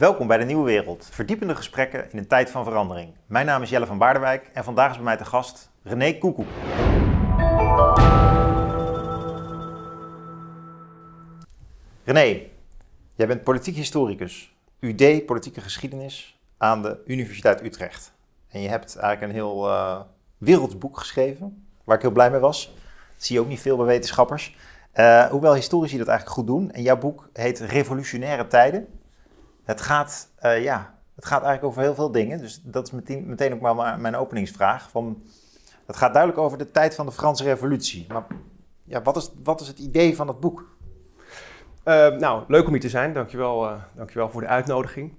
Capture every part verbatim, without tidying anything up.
Welkom bij de Nieuwe Wereld, verdiepende gesprekken in een tijd van verandering. Mijn naam is Jelle van Baardenwijk en vandaag is bij mij te gast René Koekoek. René, jij bent politiek historicus, U D politieke geschiedenis aan de Universiteit Utrecht. En je hebt eigenlijk een heel uh, werelds boek geschreven, waar ik heel blij mee was. Dat zie je ook niet veel bij wetenschappers. Uh, hoewel historici dat eigenlijk goed doen. En jouw boek heet Revolutionaire Tijden. Het gaat, uh, ja, het gaat eigenlijk over heel veel dingen. Dus dat is meteen, meteen ook wel mijn openingsvraag. Van, het gaat duidelijk over de tijd van de Franse Revolutie. Maar ja, wat is, wat is het idee van het boek? Uh, nou, leuk om hier te zijn. Dankjewel, uh, dankjewel voor de uitnodiging.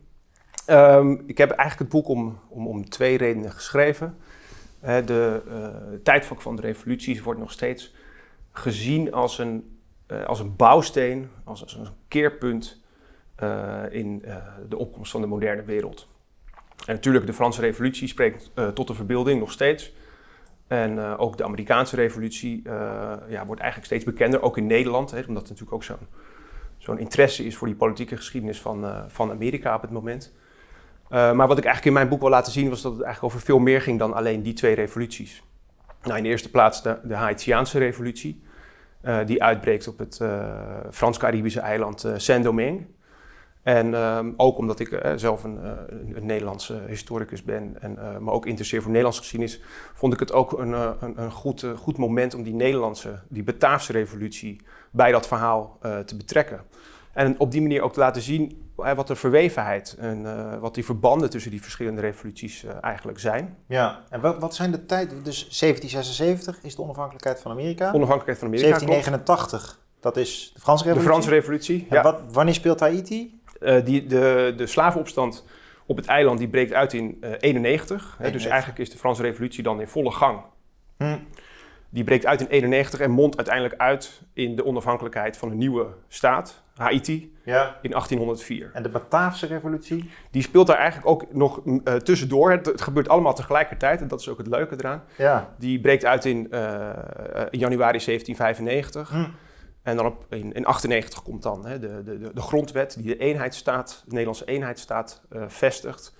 Um, ik heb eigenlijk het boek om, om, om twee redenen geschreven. Uh, de uh, tijdvak van de revoluties wordt nog steeds gezien als een, uh, als een bouwsteen, als, als een keerpunt uh, in uh, de opkomst van de moderne wereld. En natuurlijk, de Franse revolutie spreekt uh, tot de verbeelding nog steeds. En uh, ook de Amerikaanse revolutie uh, ja, wordt eigenlijk steeds bekender, ook in Nederland, hè, omdat het natuurlijk ook zo'n zo'n interesse is voor die politieke geschiedenis van, uh, van Amerika op het moment. Uh, maar wat ik eigenlijk in mijn boek wil laten zien was dat het eigenlijk over veel meer ging dan alleen die twee revoluties. Nou, in de eerste plaats de, de Haïtiaanse revolutie, uh, die uitbreekt op het uh, Frans-Caribische eiland uh, Saint-Domingue. En uh, ook omdat ik uh, zelf een, uh, een Nederlandse historicus ben en uh, me ook interesseer voor Nederlandse geschiedenis, vond ik het ook een, uh, een, een goed, uh, goed moment om die Nederlandse, die Bataafse revolutie bij dat verhaal uh, te betrekken. En op die manier ook te laten zien uh, wat de verwevenheid en uh, wat die verbanden tussen die verschillende revoluties uh, eigenlijk zijn. Ja, en wat, wat zijn de tijden? Dus zeventien zesenzeventig is de onafhankelijkheid van Amerika. Onafhankelijkheid van Amerika. zeventien negenentachtig, dat is de Franse revolutie. De Franse revolutie, en ja. wat, wanneer speelt Haïti? Uh, die, de, de slavenopstand op het eiland die breekt uit in uh, eenennegentig. Hè, dus eigenlijk is de Franse revolutie dan in volle gang. Hm. Die breekt uit in eenennegentig en mondt uiteindelijk uit in de onafhankelijkheid van een nieuwe staat, Haïti, ja. in achttienhonderdvier. En de Bataafse revolutie? Die speelt daar eigenlijk ook nog uh, tussendoor. Het, het gebeurt allemaal tegelijkertijd en dat is ook het leuke eraan. Ja. Die breekt uit in, uh, in januari zeventien vijfennegentig. Hm. En dan op, in, in achtennegentig komt dan hè, de, de, de grondwet die de eenheidsstaat, de Nederlandse eenheidsstaat uh, vestigt.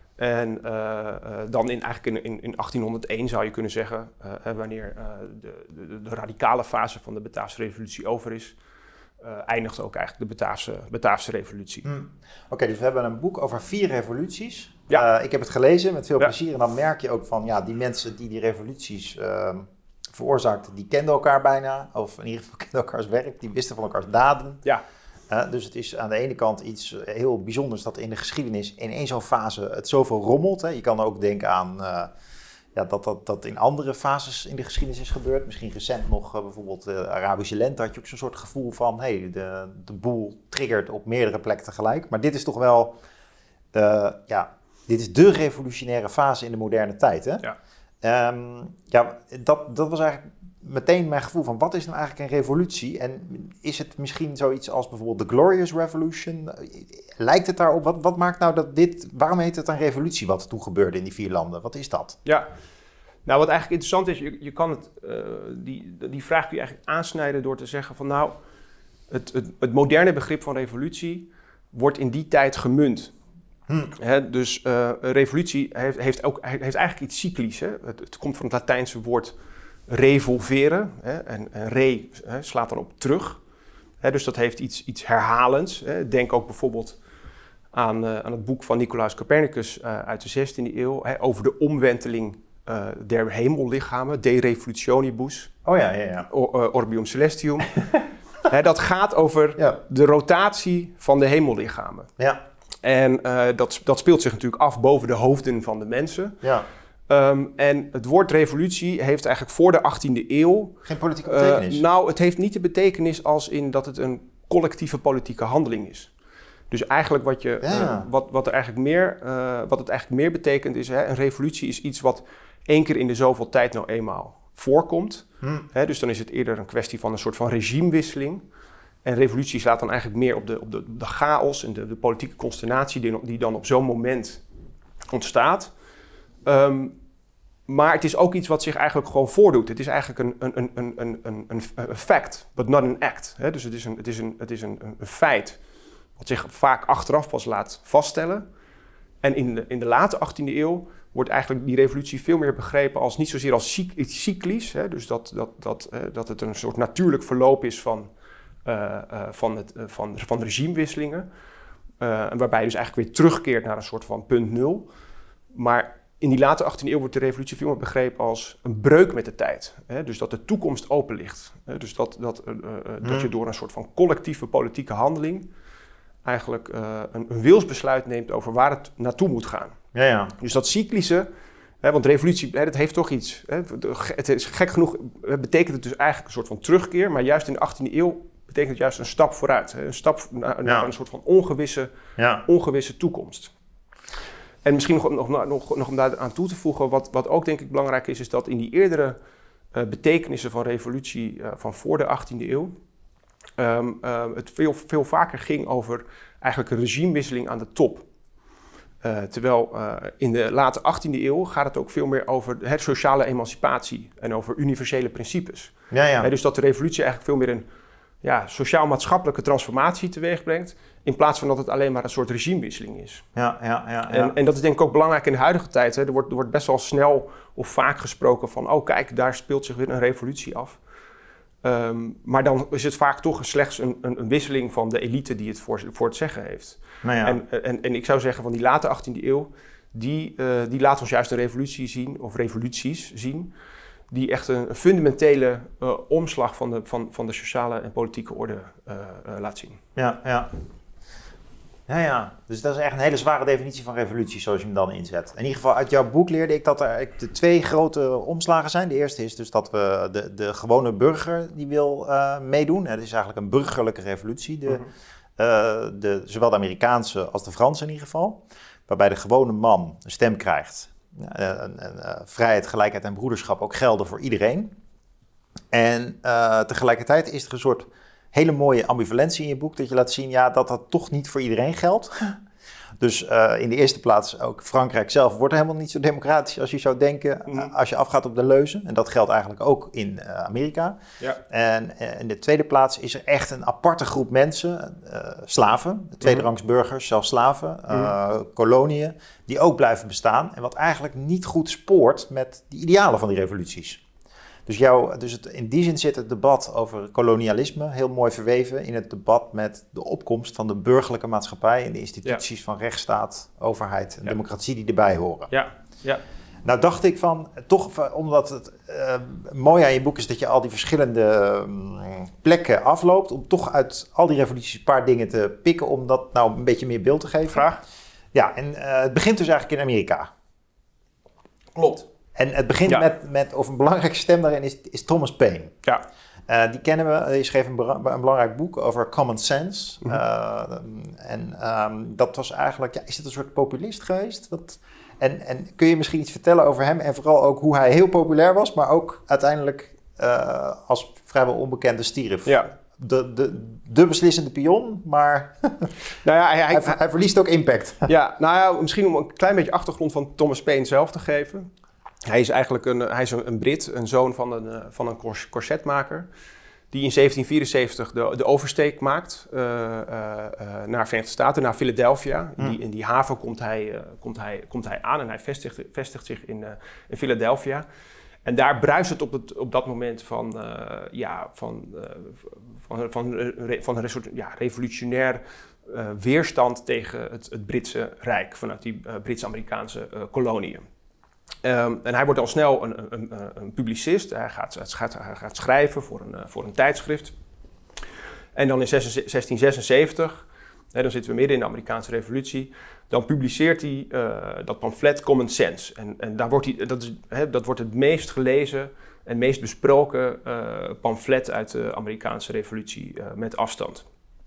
En uh, uh, dan in, eigenlijk in, in, in achttienhonderdéén zou je kunnen zeggen, uh, wanneer uh, de, de, de radicale fase van de Bataafse revolutie over is, uh, eindigt ook eigenlijk de Bataafse, Bataafse revolutie. Hmm. Oké, okay, dus we hebben een boek over vier revoluties. Ja. Uh, ik heb het gelezen met veel ja. plezier en dan merk je ook van, ja, die mensen die die revoluties uh, veroorzaakten, die kenden elkaar bijna, of in ieder geval kenden elkaars werk, die wisten van elkaars daden. Ja. Uh, dus het is aan de ene kant iets heel bijzonders dat in de geschiedenis in één zo'n fase het zoveel rommelt. Hè. Je kan ook denken aan uh, ja, dat dat dat in andere fases in de geschiedenis is gebeurd. Misschien recent nog uh, bijvoorbeeld de Arabische lente had je ook zo'n soort gevoel van hey, de, de boel triggert op meerdere plekken tegelijk. Maar dit is toch wel, uh, ja, dit is de revolutionaire fase in de moderne tijd. Hè? Ja. Um, ja, dat, dat was eigenlijk meteen mijn gevoel van wat is nou eigenlijk een revolutie? En is het misschien zoiets als bijvoorbeeld de Glorious Revolution? Lijkt het daarop? Wat, wat maakt nou dat dit, waarom heet het een revolutie wat toen gebeurde in die vier landen? Wat is dat? Ja, nou wat eigenlijk interessant is, je, je kan het, uh, die, die vraag kun je eigenlijk aansnijden door te zeggen van nou, het, het, het moderne begrip van revolutie wordt in die tijd gemunt. Hm. He, dus uh, een revolutie heeft, heeft, ook, heeft eigenlijk iets cyclisch. Hè? Het, het komt van het Latijnse woord revolveren. Hè? En, en re hè, slaat dan op terug. Hè? Dus dat heeft iets, iets herhalends. Hè? Denk ook bijvoorbeeld aan, uh, aan het boek van Nicolaas Copernicus uh, uit de zestiende eeuw. Hè? Over de omwenteling uh, der hemellichamen. De revolutionibus. Oh ja, ja, ja. O, uh, orbium celestium. Hè, dat gaat over ja. de rotatie van de hemellichamen. Ja. En uh, dat, dat speelt zich natuurlijk af boven de hoofden van de mensen. Ja. Um, en het woord revolutie heeft eigenlijk voor de achttiende eeuw... Geen politieke betekenis? Uh, nou, het heeft niet de betekenis als in dat het een collectieve politieke handeling is. Dus eigenlijk wat, je, ja. uh, wat, wat, er eigenlijk meer, uh, wat het eigenlijk meer betekent is... Hè, een revolutie is iets wat één keer in de zoveel tijd nou eenmaal voorkomt. Hm. Hè, dus dan is het eerder een kwestie van een soort van regimewisseling... En revolutie slaat dan eigenlijk meer op de, op de, de chaos en de, de politieke consternatie die, die dan op zo'n moment ontstaat. Um, maar het is ook iets wat zich eigenlijk gewoon voordoet. Het is eigenlijk een, een, een, een, een, een, een fact, but not an act. Hè? Dus het is, een, het is, een, het is een, een feit wat zich vaak achteraf pas laat vaststellen. En in de, in de late achttiende eeuw wordt eigenlijk die revolutie veel meer begrepen als niet zozeer als cyc- cyclisch. Hè, dus dat, dat, dat, uh, dat het een soort natuurlijk verloop is van, uh, uh, van, het, uh, van, van regimewisselingen. Uh, en waarbij je dus eigenlijk weer terugkeert naar een soort van punt nul. Maar in die late achttiende eeuw wordt de revolutie veel meer begrepen als een breuk met de tijd. Hè? Dus dat de toekomst open ligt. Hè? Dus dat, dat, uh, uh, hmm. dat je door een soort van collectieve politieke handeling eigenlijk uh, een, een wilsbesluit neemt over waar het naartoe moet gaan. Ja, ja. Dus dat cyclische, hè, want revolutie, hè, dat heeft toch iets. Hè? Het is gek genoeg, betekent het dus eigenlijk een soort van terugkeer, maar juist in de achttiende eeuw betekent het juist een stap vooruit. Hè? Een stap naar, naar ja. een soort van ongewisse, ja. ongewisse toekomst. En misschien nog, nog, nog, nog om daar aan toe te voegen, wat, wat ook denk ik belangrijk is, is dat in die eerdere uh, betekenissen van revolutie uh, van voor de achttiende eeuw, um, uh, het veel, veel vaker ging over eigenlijk een regimewisseling aan de top. Uh, terwijl uh, in de late achttiende eeuw gaat het ook veel meer over hè, sociale emancipatie en over universele principes. Ja, ja. Hè, dus dat de revolutie eigenlijk veel meer een ja, sociaal-maatschappelijke transformatie teweeg brengt, in plaats van dat het alleen maar een soort regimewisseling is. Ja, ja, ja, ja. En, en dat is denk ik ook belangrijk in de huidige tijd. Hè. Er, wordt, er wordt best wel snel of vaak gesproken van, oh kijk, daar speelt zich weer een revolutie af. Um, maar dan is het vaak toch slechts een, een, een wisseling van de elite die het voor, voor het zeggen heeft. Nou ja. en, en, en ik zou zeggen van die late achttiende eeuw, die, uh, die laat ons juist een revolutie zien, of revoluties zien, die echt een fundamentele uh, omslag van de, van, van de sociale en politieke orde uh, uh, laat zien. Ja, ja. Ja, ja. Dus dat is echt een hele zware definitie van revolutie, zoals je hem dan inzet. In ieder geval, uit jouw boek leerde ik dat er de twee grote omslagen zijn. De eerste is dus dat we de, de gewone burger die wil uh, meedoen. Het is eigenlijk een burgerlijke revolutie. De, mm-hmm. uh, de, zowel de Amerikaanse als de Franse in ieder geval. Waarbij de gewone man een stem krijgt. Uh, en, en, uh, vrijheid, gelijkheid en broederschap ook gelden voor iedereen. En uh, tegelijkertijd is er een soort hele mooie ambivalentie in je boek, dat je laat zien ja, dat dat toch niet voor iedereen geldt. Dus uh, in de eerste plaats ook Frankrijk zelf wordt helemaal niet zo democratisch als je zou denken, mm. uh, als je afgaat op de leuzen. En dat geldt eigenlijk ook in uh, Amerika. Ja. En uh, in de tweede plaats is er echt een aparte groep mensen, uh, slaven, tweederangs burgers, zelfs slaven, uh, mm. koloniën, die ook blijven bestaan. En wat eigenlijk niet goed spoort met de idealen van die revoluties. Dus, jou, dus het, in die zin zit het debat over kolonialisme heel mooi verweven in het debat met de opkomst van de burgerlijke maatschappij en de instituties ja. van rechtsstaat, overheid en ja. democratie die erbij horen. Ja. Ja. Nou dacht ik van, toch omdat het uh, mooi aan je boek is dat je al die verschillende um, plekken afloopt, om toch uit al die revoluties een paar dingen te pikken om dat nou een beetje meer beeld te geven. Graag. Ja, en uh, het begint dus eigenlijk in Amerika. Klopt. En het begint ja. met, met, of een belangrijke stem daarin is, is Thomas Paine. Ja. Uh, die kennen we, hij schreef een, een belangrijk boek over common sense. Mm-hmm. Uh, en um, dat was eigenlijk, ja, is het een soort populist geweest? Wat, en, en kun je misschien iets vertellen over hem en vooral ook hoe hij heel populair was, maar ook uiteindelijk uh, als vrijwel onbekende stierf? Ja. De, de, de beslissende pion, maar nou ja, hij, hij, hij, hij verliest ook impact. Ja, nou ja, misschien om een klein beetje achtergrond van Thomas Paine zelf te geven. Hij is eigenlijk een, hij is een, een Brit, een zoon van een, van een corsetmaker, die in zeventien vierenzeventig de, de oversteek maakt uh, uh, uh, naar de Verenigde Staten, naar Philadelphia. In die, in die haven komt hij, uh, komt, hij, komt hij aan en hij vestigt, vestigt zich in, uh, in Philadelphia. En daar bruist het op, het, op dat moment van, uh, ja, van, uh, van, van, re, van een soort ja, revolutionair uh, weerstand tegen het, het Britse Rijk, vanuit die uh, Brits-Amerikaanse uh, koloniën. Um, en hij wordt al snel een, een, een, een publicist. Hij gaat, gaat, hij gaat schrijven voor een, voor een tijdschrift. En dan in zestien zesenzeventig, hè, dan zitten we midden in de Amerikaanse revolutie, dan publiceert hij uh, dat pamflet Common Sense. En, en daar wordt hij, dat, is, hè, dat wordt het meest gelezen en meest besproken uh, pamflet uit de Amerikaanse revolutie uh, met afstand.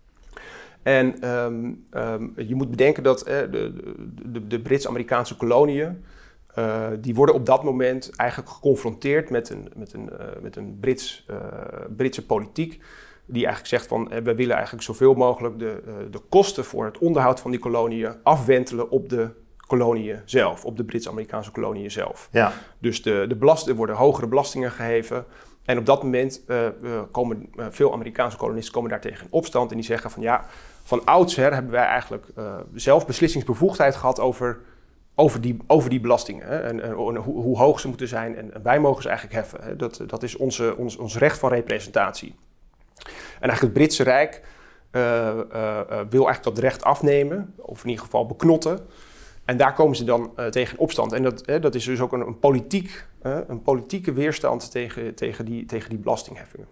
En um, um, je moet bedenken dat uh, de, de, de Brits-Amerikaanse koloniën, Uh, die worden op dat moment eigenlijk geconfronteerd met een, met een, uh, met een Brits, uh, Britse politiek die eigenlijk zegt van uh, we willen eigenlijk zoveel mogelijk de, uh, de kosten voor het onderhoud van die koloniën afwentelen op de koloniën zelf, op de Brits-Amerikaanse koloniën zelf. Ja. Dus de, de belast, er worden hogere belastingen geheven en op dat moment uh, komen uh, veel Amerikaanse kolonisten komen daar tegen in opstand en die zeggen van ja, van oudsher hebben wij eigenlijk uh, zelf beslissingsbevoegdheid gehad over, over, die, over die belastingen. Hè? En, en hoe, hoe hoog ze moeten zijn. En, en wij mogen ze eigenlijk heffen. Hè? Dat, dat is onze, ons, ons recht van representatie. En eigenlijk het Britse Rijk uh, uh, uh, wil eigenlijk dat recht afnemen. Of in ieder geval beknotten. En daar komen ze dan uh, tegen in opstand. En dat, hè, dat is dus ook een, een, politiek, uh, een politieke weerstand tegen, tegen, die, tegen die belastingheffingen.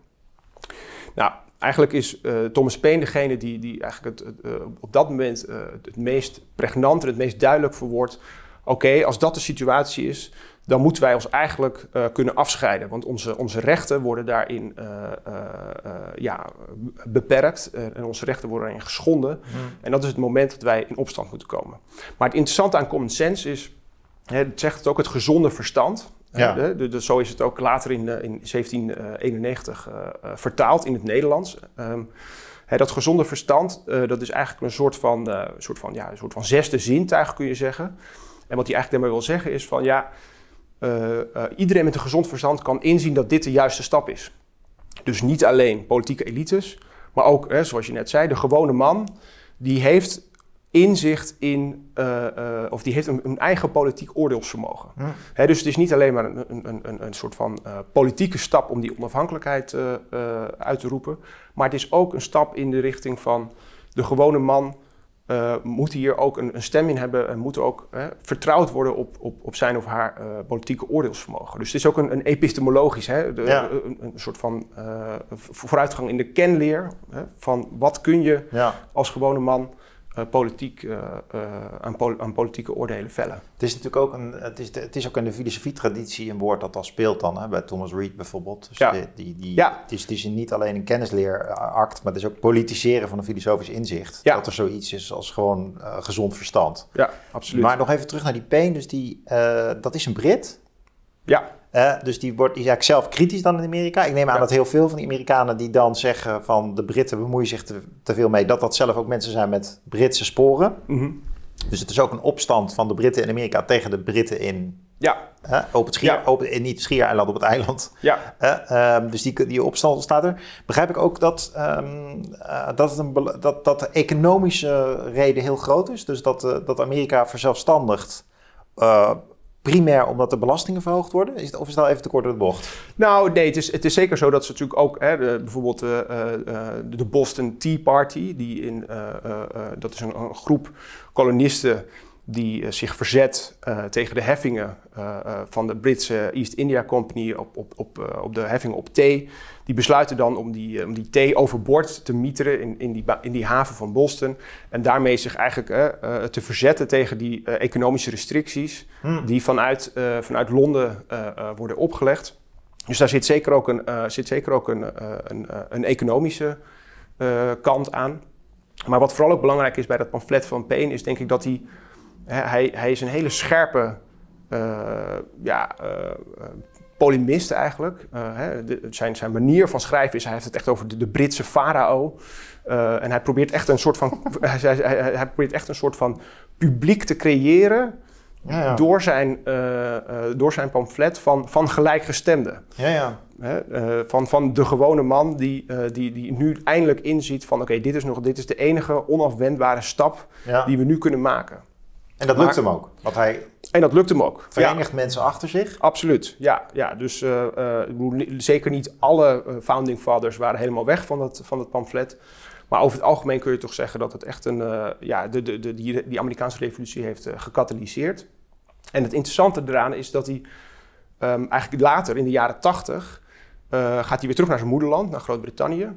Nou, eigenlijk is uh, Thomas Paine degene die, die eigenlijk het, het, uh, op dat moment uh, het meest pregnant en het meest duidelijk verwoordt. Oké, okay, als dat de situatie is, dan moeten wij ons eigenlijk uh, kunnen afscheiden. Want onze, onze rechten worden daarin uh, uh, uh, ja, beperkt. Uh, en onze rechten worden daarin geschonden. Mm. En dat is het moment dat wij in opstand moeten komen. Maar het interessante aan common sense is, hè, het zegt het ook, het gezonde verstand. Ja. Uh, de, de, zo is het ook later in, uh, in zeventien eenennegentig uh, uh, vertaald in het Nederlands. Um, hè, dat gezonde verstand, uh, dat is eigenlijk een soort van, uh, soort van, ja, een soort van zesde zintuig, kun je zeggen. En wat hij eigenlijk daarmee wil zeggen is van, ja, Uh, uh, iedereen met een gezond verstand kan inzien dat dit de juiste stap is. Dus niet alleen politieke elites, maar ook, hè, zoals je net zei, de gewone man, die heeft inzicht in, uh, uh, of die heeft een, een eigen politiek oordeelsvermogen. Ja. Hè, dus het is niet alleen maar een, een, een, een soort van uh, politieke stap om die onafhankelijkheid uh, uh, uit te roepen, maar het is ook een stap in de richting van de gewone man. Uh, moet hier ook een, een stem in hebben en moet ook uh, vertrouwd worden op, op, op zijn of haar uh, politieke oordeelsvermogen. Dus het is ook een, een epistemologisch, hè, de, ja. een, een soort van uh, vooruitgang in de kenleer. Hè, van wat kun je ja. als gewone man uh, politiek, uh, uh, aan, pol- aan politieke oordelen vellen. Het is natuurlijk ook, een, het is, het is ook in de filosofietraditie een woord dat al speelt dan, hè, bij Thomas Reid bijvoorbeeld. Dus ja. die, die, die, ja. het, is, het is niet alleen een kennisleeract, maar het is ook politiseren van een filosofisch inzicht. Ja. Dat er zoiets is als gewoon uh, gezond verstand. Ja, absoluut. Maar nog even terug naar die Paine, dus die, uh, dat is een Brit. Ja. Uh, dus die, wordt, die is eigenlijk zelf kritisch dan in Amerika. Ik neem aan ja. dat heel veel van die Amerikanen die dan zeggen van de Britten bemoeien zich te, te veel mee, dat dat zelf ook mensen zijn met Britse sporen. Mm-hmm. Dus het is ook een opstand van de Britten in Amerika tegen de Britten in, ja. uh, op het Schier, ja. op, in niet het Schiereiland, op het eiland. Ja. Uh, um, dus die, die opstand staat er. Begrijp ik ook dat, um, uh, dat, het een, dat, dat de economische reden heel groot is. Dus dat, uh, dat Amerika verzelfstandigt. Uh, Primair omdat de belastingen verhoogd worden? Is het, of is dat even te kort door de bocht? Nou, nee, het is, het is zeker zo dat ze natuurlijk ook, hè, de, bijvoorbeeld uh, uh, de Boston Tea Party, die in, uh, uh, uh, dat is een, een groep kolonisten die uh, zich verzet uh, tegen de heffingen uh, uh, van de Britse East India Company op, op, op, uh, op de heffingen op thee. Die besluiten dan om die, om die thee overboord te mieteren in, in, die, in die haven van Boston. En daarmee zich eigenlijk uh, uh, te verzetten tegen die uh, economische restricties hmm. die vanuit, uh, vanuit Londen uh, uh, worden opgelegd. Dus daar zit zeker ook een, uh, zit zeker ook een, uh, een, uh, een economische uh, kant aan. Maar wat vooral ook belangrijk is bij dat pamflet van Paine is denk ik dat hij... Hij, hij is een hele scherpe uh, ja, uh, uh, polemist eigenlijk. Uh, hè, de, zijn, zijn manier van schrijven is, hij heeft het echt over de, de Britse farao. Uh, en hij probeert echt een soort van, hij, hij, hij, hij probeert echt een soort van publiek te creëren ja, ja. Door, zijn, uh, uh, door zijn pamflet van, van gelijkgestemden. Ja, ja. Hè, uh, van, van de gewone man die, uh, die, die nu eindelijk inziet van oké, okay, dit is nog, dit is de enige onafwendbare stap ja. die we nu kunnen maken. En dat lukt maar, hem ook? Want hij en dat lukt hem ook. Verenigt ja. mensen achter zich? Absoluut, ja. ja. Dus uh, uh, zeker niet alle uh, founding fathers waren helemaal weg van het, van het pamflet. Maar over het algemeen kun je toch zeggen dat het echt een, uh, ja, de, de, de, die, die Amerikaanse revolutie heeft uh, gecatalyseerd. En het interessante eraan is dat hij um, eigenlijk later, in de jaren tachtig, uh, gaat hij weer terug naar zijn moederland, naar Groot-Brittannië.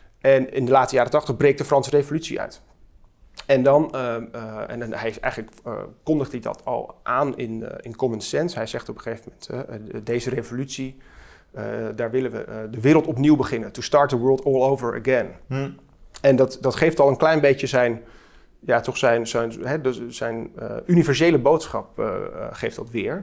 En in de late jaren tachtig breekt de Franse revolutie uit. En dan, uh, uh, en dan hij eigenlijk uh, kondigt hij dat al aan in, uh, in Common Sense. Hij zegt op een gegeven moment, uh, deze revolutie, uh, daar willen we uh, de wereld opnieuw beginnen. To start the world all over again. Hmm. En dat, dat geeft al een klein beetje zijn, ja, toch zijn, zijn, hè, dus zijn uh, universele boodschap uh, uh, geeft dat weer.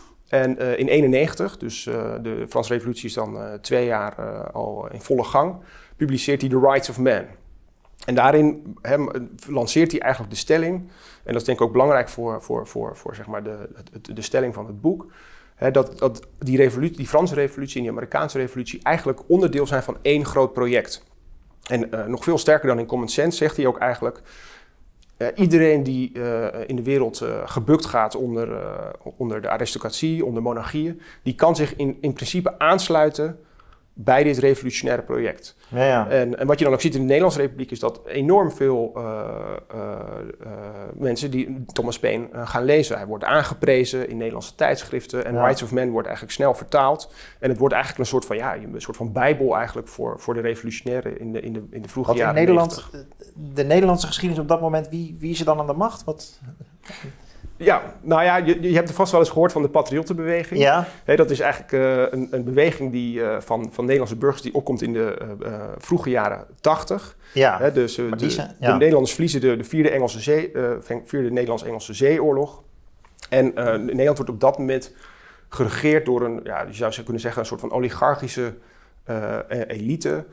En uh, in eenennegentig, dus uh, de Franse revolutie is dan uh, twee jaar uh, al in volle gang, publiceert hij The Rights of Man. En daarin he, lanceert hij eigenlijk de stelling, en dat is denk ik ook belangrijk voor, voor, voor, voor zeg maar de, de, de stelling van het boek, he, dat, dat die, revolutie, die Franse revolutie en die Amerikaanse revolutie eigenlijk onderdeel zijn van één groot project. En uh, nog veel sterker dan in Common Sense zegt hij ook eigenlijk... Uh, iedereen die uh, in de wereld uh, gebukt gaat onder, uh, onder de aristocratie, onder monarchieën... die kan zich in, in principe aansluiten bij dit revolutionaire project. Ja, ja. En, en wat je dan ook ziet in de Nederlandse Republiek... is dat enorm veel uh, uh, uh, mensen die Thomas Paine uh, gaan lezen. Hij wordt aangeprezen in Nederlandse tijdschriften... en ja. Rights of Man wordt eigenlijk snel vertaald. En het wordt eigenlijk een soort van, ja, een soort van bijbel eigenlijk... voor, voor de revolutionairen in de, in de, in de vroege wat jaren in Nederland, negentig. De Nederlandse geschiedenis op dat moment, wie, wie is er dan aan de macht? Wat... Ja, nou ja, je, je hebt er vast wel eens gehoord van de patriottenbeweging. Ja. He, dat is eigenlijk uh, een, een beweging die, uh, van, van Nederlandse burgers die opkomt in de uh, uh, vroege jaren tachtig. Ja, He, dus uh, de, zijn, ja. de Nederlanders verliezen de, de vierde, Engelse zee, uh, vierde Nederlands-Engelse zeeoorlog. En uh, Nederland wordt op dat moment geregeerd door een, ja, je zou kunnen zeggen, een soort van oligarchische uh, elite.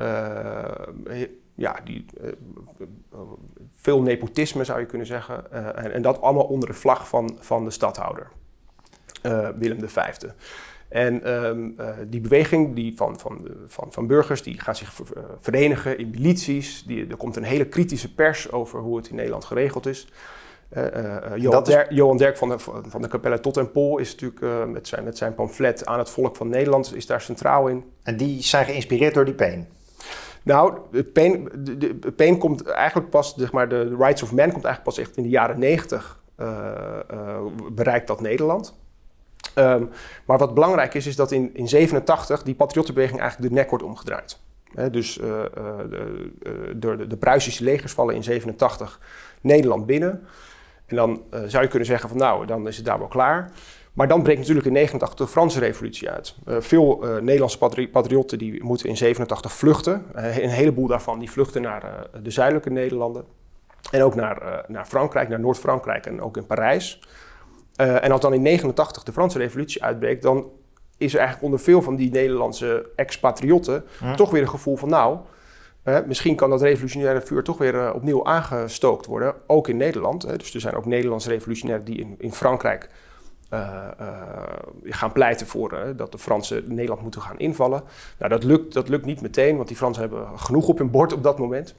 Uh, Ja, die, uh, uh, veel nepotisme zou je kunnen zeggen. Uh, en, en dat allemaal onder de vlag van, van de stadhouder, uh, Willem de Vijfde. En um, uh, die beweging die van, van, van, van burgers die gaat zich ver, uh, verenigen in milities. Die, er komt een hele kritische pers over hoe het in Nederland geregeld is. Uh, uh, Johan, is... Der, Johan Derk van de, van de Capelle Tot en Pol is natuurlijk uh, met, zijn, met zijn pamflet Aan het Volk van Nederland is daar centraal in. En die zijn geïnspireerd door die Paine? Nou, Paine, de, de, Paine komt eigenlijk pas, zeg maar, de Rights of Man komt eigenlijk pas echt in de jaren negentig uh, uh, bereikt dat Nederland. Um, maar wat belangrijk is, is dat in, in zevenentachtig die patriottenbeweging eigenlijk de nek wordt omgedraaid. He, dus uh, uh, de, uh, de, de Pruisische legers vallen in zevenentachtig Nederland binnen. En dan uh, zou je kunnen zeggen van nou, dan is het daar wel klaar. Maar dan breekt natuurlijk in negenentachtig de Franse revolutie uit. Uh, veel uh, Nederlandse patri- patriotten die moeten in zevenentachtig vluchten. Uh, een heleboel daarvan die vluchten naar uh, de zuidelijke Nederlanden. En ook naar, uh, naar Frankrijk, naar Noord-Frankrijk en ook in Parijs. Uh, en als dan in negenentachtig de Franse revolutie uitbreekt, dan is er eigenlijk onder veel van die Nederlandse expatriotten hm. toch weer een gevoel van nou, uh, misschien kan dat revolutionaire vuur toch weer uh, opnieuw aangestookt worden, ook in Nederland. Uh, dus er zijn ook Nederlandse revolutionairen die in, in Frankrijk uh, uh, gaan pleiten voor uh, dat de Fransen Nederland moeten gaan invallen. Nou, dat lukt, dat lukt niet meteen, want die Fransen hebben genoeg op hun bord op dat moment.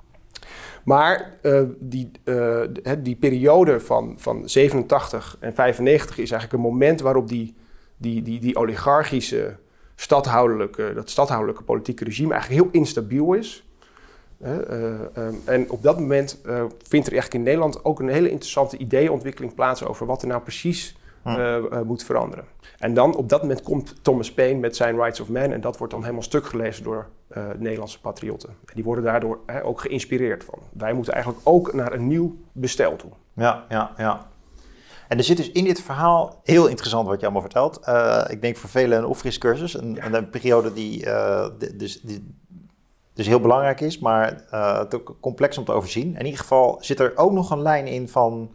Maar uh, die, uh, die periode van, van zevenentachtig en vijfennegentig is eigenlijk een moment waarop die, die, die, die oligarchische, stadhoudelijke, dat stadhoudelijke politieke regime eigenlijk heel instabiel is. Uh, uh, um, en op dat moment uh, vindt er eigenlijk in Nederland ook een hele interessante ideeontwikkeling plaats over wat er nou precies uh, uh, moet veranderen. En dan op dat moment komt Thomas Paine met zijn Rights of Man en dat wordt dan helemaal stuk gelezen door uh, Nederlandse patriotten. En die worden daardoor hè, ook geïnspireerd van. Wij moeten eigenlijk ook naar een nieuw bestel toe. Ja, ja, ja. En er zit dus in dit verhaal, heel interessant wat je allemaal vertelt. Uh, ik denk voor velen een opfriscursus. Een, ja. een periode die, uh, dus, die dus heel belangrijk is, maar uh, het ook complex om te overzien. In ieder geval zit er ook nog een lijn in van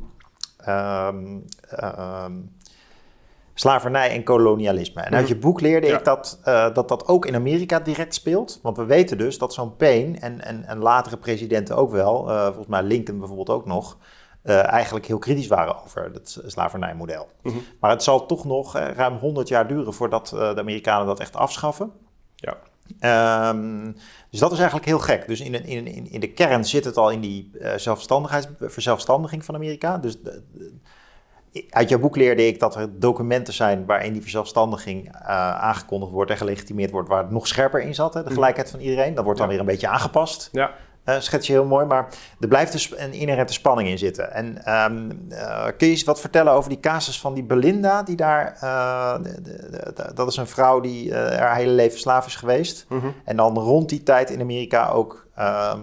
Um, uh, um, slavernij en kolonialisme. En uit je boek leerde ja. ik dat, uh, dat dat ook in Amerika direct speelt. Want we weten dus dat zo'n Paine en, en, en latere presidenten ook wel, uh, volgens mij Lincoln bijvoorbeeld ook nog, uh, eigenlijk heel kritisch waren over het slavernijmodel. Mm-hmm. Maar het zal toch nog uh, ruim honderd jaar duren voordat uh, de Amerikanen dat echt afschaffen. Ja. Um, dus dat is eigenlijk heel gek. Dus in, in, in, in de kern zit het al in die uh, zelfstandigheid, verzelfstandiging van Amerika. Dus de, de, uit jouw boek leerde ik dat er documenten zijn waarin die verzelfstandiging uh, aangekondigd wordt en gelegitimeerd wordt, waar het nog scherper in zat, hè, de gelijkheid van iedereen. Dat wordt dan ja. weer een beetje aangepast. Ja. Uh, schets je heel mooi, maar er blijft dus een inherente spanning in zitten. En um, uh, kun je eens wat vertellen over die casus van die Belinda, die daar, uh, de, de, de, dat is een vrouw die uh, haar hele leven slaaf is geweest. Mm-hmm. En dan rond die tijd in Amerika ook uh,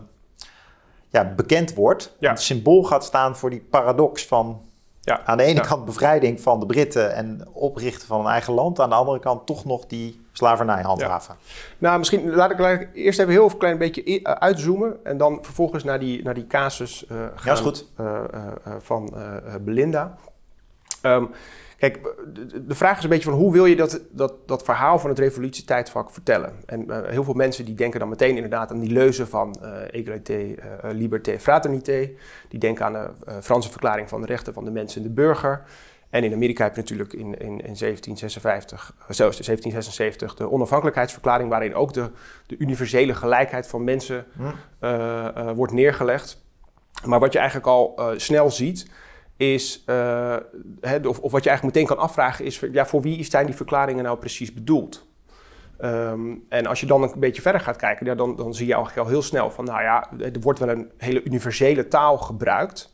ja, bekend wordt. Ja. Het symbool gaat staan voor die paradox van ja. aan de ene ja. kant bevrijding van de Britten en oprichten van een eigen land. Aan de andere kant toch nog die slavernij handhaven. Ja. Nou, misschien laat ik, laat ik eerst even heel klein beetje uitzoomen en dan vervolgens naar die, naar die casus uh, gaan ja, is goed. Uh, uh, van uh, Belinda. Um, kijk, de, de vraag is een beetje van hoe wil je dat, dat, dat verhaal van het revolutietijdvak vertellen? En uh, heel veel mensen die denken dan meteen inderdaad aan die leuze van uh, égalité, uh, liberté, fraternité. Die denken aan de uh, Franse verklaring van de rechten van de mens en de burger. En in Amerika heb je natuurlijk in, in, in zeventien zesenvijftig, zelfs zeventien zesenzeventig de onafhankelijkheidsverklaring, waarin ook de, de universele gelijkheid van mensen hm. uh, uh, wordt neergelegd. Maar wat je eigenlijk al uh, snel ziet, is, uh, he, of, of wat je eigenlijk meteen kan afvragen, is ja, voor wie zijn die verklaringen nou precies bedoeld? Um, en als je dan een beetje verder gaat kijken, ja, dan, dan zie je eigenlijk al heel snel van, nou ja, er wordt wel een hele universele taal gebruikt.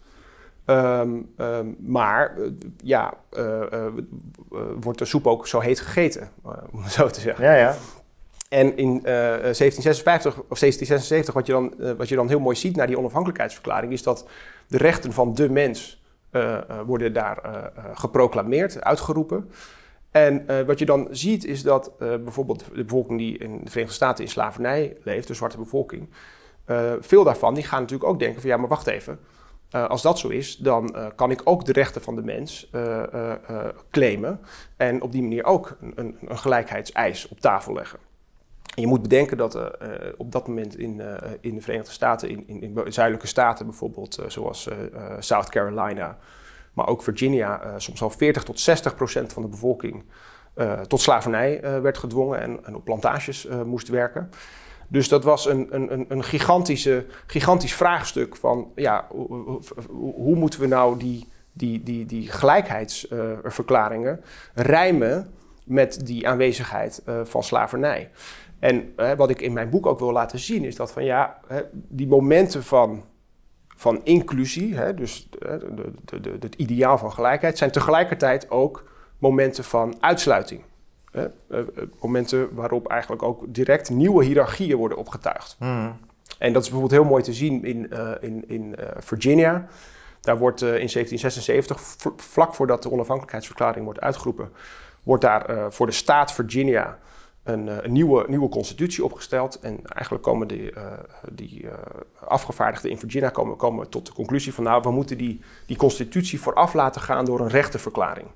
Um, um, maar uh, ja, uh, uh, uh, wordt de soep ook zo heet gegeten, uh, om het zo te zeggen. Ja, ja. En in uh, zeventien zesenvijftig of zeventien zesenzeventig, wat je, dan, uh, wat je dan heel mooi ziet na die onafhankelijkheidsverklaring, is dat de rechten van de mens uh, uh, worden daar uh, uh, geproclameerd, uitgeroepen. En uh, wat je dan ziet is dat uh, bijvoorbeeld de bevolking die in de Verenigde Staten in slavernij leeft, de zwarte bevolking, uh, veel daarvan die gaan natuurlijk ook denken van ja, maar wacht even. Uh, als dat zo is, dan uh, kan ik ook de rechten van de mens uh, uh, uh, claimen en op die manier ook een, een, een gelijkheidseis op tafel leggen. En je moet bedenken dat uh, uh, op dat moment in, uh, in de Verenigde Staten, in, in, in zuidelijke staten bijvoorbeeld, uh, zoals uh, uh, South Carolina, maar ook Virginia, uh, soms al veertig tot zestig procent van de bevolking uh, tot slavernij uh, werd gedwongen en, en op plantages uh, moest werken. Dus dat was een, een, een gigantische, gigantisch vraagstuk van, ja, hoe, hoe moeten we nou die, die, die, die gelijkheidsverklaringen uh, rijmen met die aanwezigheid uh, van slavernij. En uh, wat ik in mijn boek ook wil laten zien is dat van, ja, uh, die momenten van, van inclusie, hè, dus uh, de, de, de, het ideaal van gelijkheid, zijn tegelijkertijd ook momenten van uitsluiting. Uh, uh, momenten waarop eigenlijk ook direct nieuwe hiërarchieën worden opgetuigd. Mm. En dat is bijvoorbeeld heel mooi te zien in, uh, in, in uh, Virginia. Daar wordt uh, in zeventien zesenzeventig, v- vlak voordat de onafhankelijkheidsverklaring wordt uitgeroepen, wordt daar uh, voor de staat Virginia een, uh, een nieuwe, nieuwe constitutie opgesteld. En eigenlijk komen die, uh, die uh, afgevaardigden in Virginia komen, komen tot de conclusie van, nou, we moeten die, die constitutie vooraf laten gaan door een rechtenverklaring.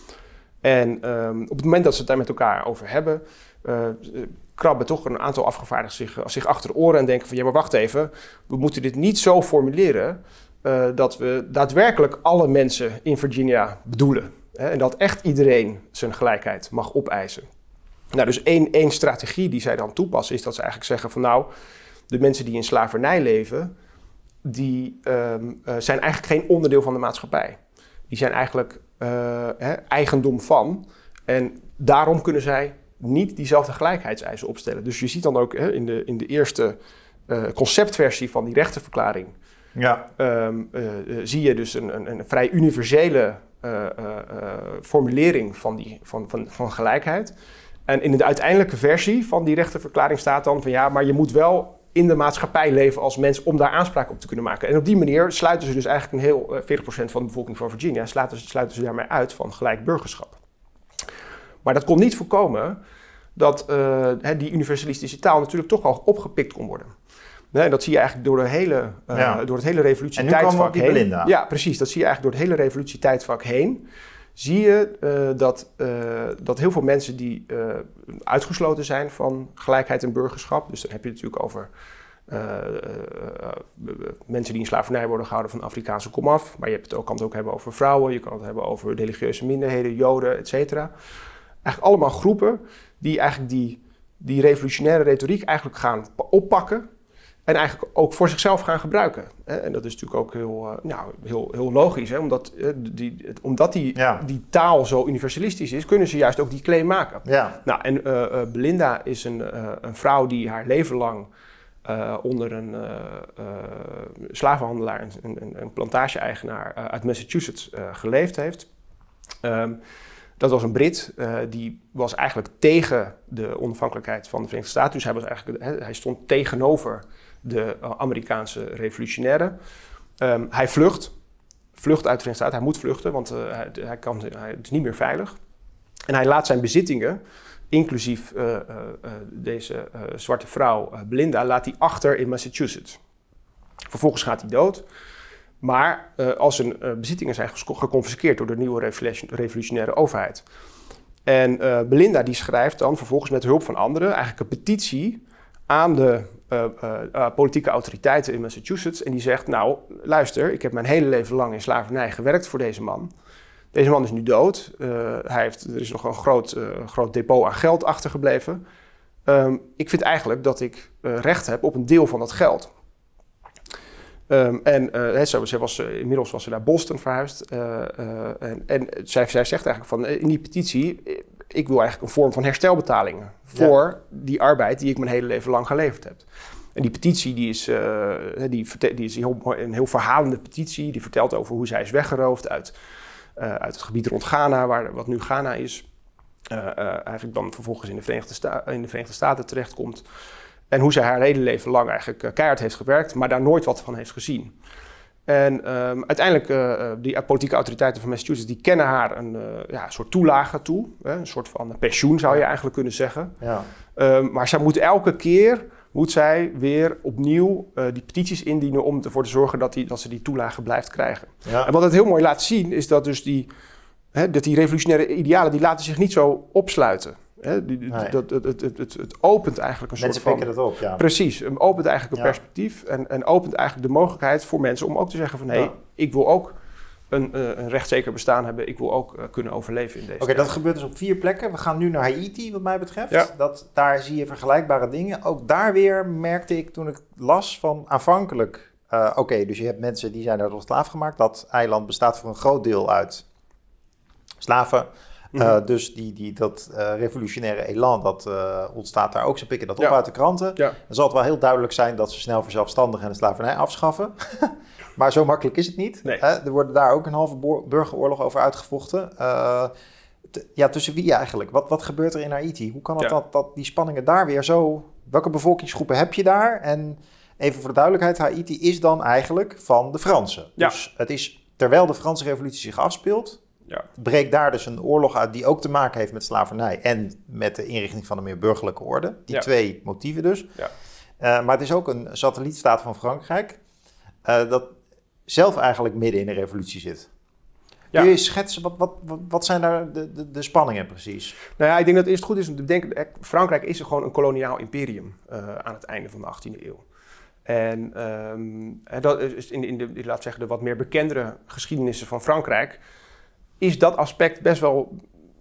En um, op het moment dat ze het daar met elkaar over hebben, uh, krabben toch een aantal afgevaardigden zich, zich achter de oren en denken van ja, maar wacht even, we moeten dit niet zo formuleren uh, dat we daadwerkelijk alle mensen in Virginia bedoelen. Hè, en dat echt iedereen zijn gelijkheid mag opeisen. Nou, dus één, één strategie die zij dan toepassen is dat ze eigenlijk zeggen van nou, de mensen die in slavernij leven, die um, uh, zijn eigenlijk geen onderdeel van de maatschappij. Die zijn eigenlijk uh, hè, eigendom van. En daarom kunnen zij niet diezelfde gelijkheidseisen opstellen. Dus je ziet dan ook hè, in, de, in de eerste uh, conceptversie van die rechtenverklaring, ja. um, uh, uh, zie je dus een, een, een vrij universele uh, uh, uh, formulering van, die, van, van, van gelijkheid. En in de uiteindelijke versie van die rechtenverklaring staat dan van ja, maar je moet wel in de maatschappij leven als mens om daar aanspraak op te kunnen maken. En op die manier sluiten ze dus eigenlijk een heel uh, veertig procent van de bevolking van Virginia sluiten, sluiten ze daarmee uit van gelijk burgerschap. Maar dat kon niet voorkomen dat uh, die universalistische taal natuurlijk toch al opgepikt kon worden. Nee, dat zie je eigenlijk door, de hele, uh, ja. door het hele revolutietijdvak heen. Belinda. Ja, precies. Dat zie je eigenlijk door het hele revolutietijdvak heen. Zie je uh, dat, uh, dat heel veel mensen die uh, uitgesloten zijn van gelijkheid en burgerschap. Dus dan heb je het natuurlijk over uh, uh, uh, mensen die in slavernij worden gehouden van Afrikaanse komaf. Maar je hebt het ook, kan het ook hebben over vrouwen, je kan het hebben over religieuze minderheden, Joden, et cetera. Eigenlijk allemaal groepen die eigenlijk die, die revolutionaire retoriek eigenlijk gaan oppakken. En eigenlijk ook voor zichzelf gaan gebruiken. En dat is natuurlijk ook heel, uh, nou, heel, heel logisch. Hè? Omdat, uh, die, omdat die, ja. die taal zo universalistisch is, kunnen ze juist ook die claim maken. Ja. Nou, en uh, uh, Belinda is een, uh, een vrouw die haar leven lang uh, onder een uh, uh, slavenhandelaar, een, een, een plantage-eigenaar uh, uit Massachusetts uh, geleefd heeft. Um, Dat was een Brit, uh, die was eigenlijk tegen de onafhankelijkheid van de Verenigde Staten. Dus hij, was eigenlijk, hè, hij stond tegenover de uh, Amerikaanse revolutionairen. Um, hij vlucht, vlucht uit de Verenigde Staten. Hij moet vluchten, want uh, hij, hij, kan, hij het is niet meer veilig. En hij laat zijn bezittingen, inclusief uh, uh, uh, deze uh, zwarte vrouw uh, Belinda, laat hij achter in Massachusetts. Vervolgens gaat hij dood. Maar uh, als zijn uh, bezittingen zijn geconfiskeerd door de nieuwe revolutionaire overheid. En uh, Belinda die schrijft dan vervolgens met hulp van anderen eigenlijk een petitie aan de uh, uh, uh, politieke autoriteiten in Massachusetts. En die zegt, nou luister, ik heb mijn hele leven lang in slavernij gewerkt voor deze man. Deze man is nu dood. Uh, hij heeft, er is nog een groot, uh, groot depot aan geld achtergebleven. Um, ik vind eigenlijk dat ik uh, recht heb op een deel van dat geld. Um, en uh, ze, ze was, uh, inmiddels was ze naar Boston verhuisd. Uh, uh, en en zij, zij zegt eigenlijk van in die petitie, ik wil eigenlijk een vorm van herstelbetalingen voor ja. die arbeid die ik mijn hele leven lang geleverd heb. En die petitie die is, uh, die, die is heel, een heel verhalende petitie. Die vertelt over hoe zij is weggeroofd uit, uh, uit het gebied rond Ghana, waar, wat nu Ghana is. Uh, uh, eigenlijk dan vervolgens in de, Verenigde Sta- in de Verenigde Staten terechtkomt. En hoe zij haar hele leven lang eigenlijk uh, keihard heeft gewerkt, maar daar nooit wat van heeft gezien. En um, uiteindelijk, uh, die politieke autoriteiten van Massachusetts, die kennen haar een uh, ja, soort toelage toe. Hè? Een soort van pensioen zou je eigenlijk kunnen zeggen. Ja. Um, maar zij moet elke keer, moet zij weer opnieuw uh, die petities indienen om ervoor te zorgen dat, die, dat ze die toelage blijft krijgen. Ja. En wat het heel mooi laat zien, is dat dus die, hè, dat die revolutionaire idealen, die laten zich niet zo opsluiten. He, die, nee. dat, het, het, het, het opent eigenlijk een mensen soort van... Mensen pikken dat op, ja. Precies, het opent eigenlijk een ja. perspectief en, en opent eigenlijk de mogelijkheid voor mensen om ook te zeggen van... hé, hey, ja. ik wil ook een, uh, een rechtszeker bestaan hebben, ik wil ook uh, kunnen overleven in deze Oké, okay, dat gebeurt dus op vier plekken. We gaan nu naar Haiti, wat mij betreft. Ja. Dat, daar zie je vergelijkbare dingen. Ook daar weer merkte ik toen ik las van aanvankelijk... Uh, Oké, okay, dus je hebt mensen die zijn daar tot slaaf gemaakt. Dat eiland bestaat voor een groot deel uit slaven... Uh, dus die, die, dat uh, revolutionaire elan, dat uh, ontstaat daar ook. Ze pikken dat op ja. uit de kranten. Ja. Dan zal het wel heel duidelijk zijn dat ze snel verzelfstandigen en de slavernij afschaffen. Maar zo makkelijk is het niet. Nee. Uh, er wordt daar ook een halve bo- burgeroorlog over uitgevochten. Uh, t- ja, tussen wie eigenlijk? Wat, wat gebeurt er in Haiti? Hoe kan het ja. dat, dat die spanningen daar weer zo... Welke bevolkingsgroepen heb je daar? En even voor de duidelijkheid, Haiti is dan eigenlijk van de Fransen. Ja. Dus het is, terwijl de Franse revolutie zich afspeelt... Ja. breekt daar dus een oorlog uit die ook te maken heeft met slavernij en met de inrichting van een meer burgerlijke orde. Die ja. twee motieven dus. Ja. Uh, maar het is ook een satellietstaat van Frankrijk uh, dat zelf eigenlijk midden in de revolutie zit. Ja. Kun je schetsen, wat, wat, wat, wat zijn daar de, de, de spanningen precies? Nou ja, ik denk dat het eerst goed is om te bedenken, Frankrijk is gewoon een koloniaal imperium uh, aan het einde van de achttiende eeuw. En um, dat is in, in de, laat zeggen, de wat meer bekendere geschiedenissen van Frankrijk... is dat aspect best wel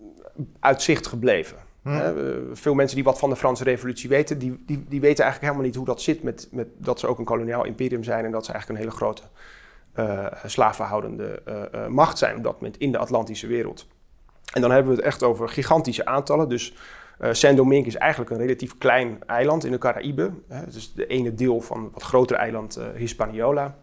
uit zicht gebleven. Hmm. Uh, veel mensen die wat van de Franse revolutie weten... die, die, die weten eigenlijk helemaal niet hoe dat zit... Met, met dat ze ook een koloniaal imperium zijn... en dat ze eigenlijk een hele grote uh, slavenhoudende uh, uh, macht zijn... op dat moment in de Atlantische wereld. En dan hebben we het echt over gigantische aantallen. Dus uh, Saint-Domingue is eigenlijk een relatief klein eiland in de Caraïben. Uh, het is de ene deel van een wat grotere eiland uh, Hispaniola.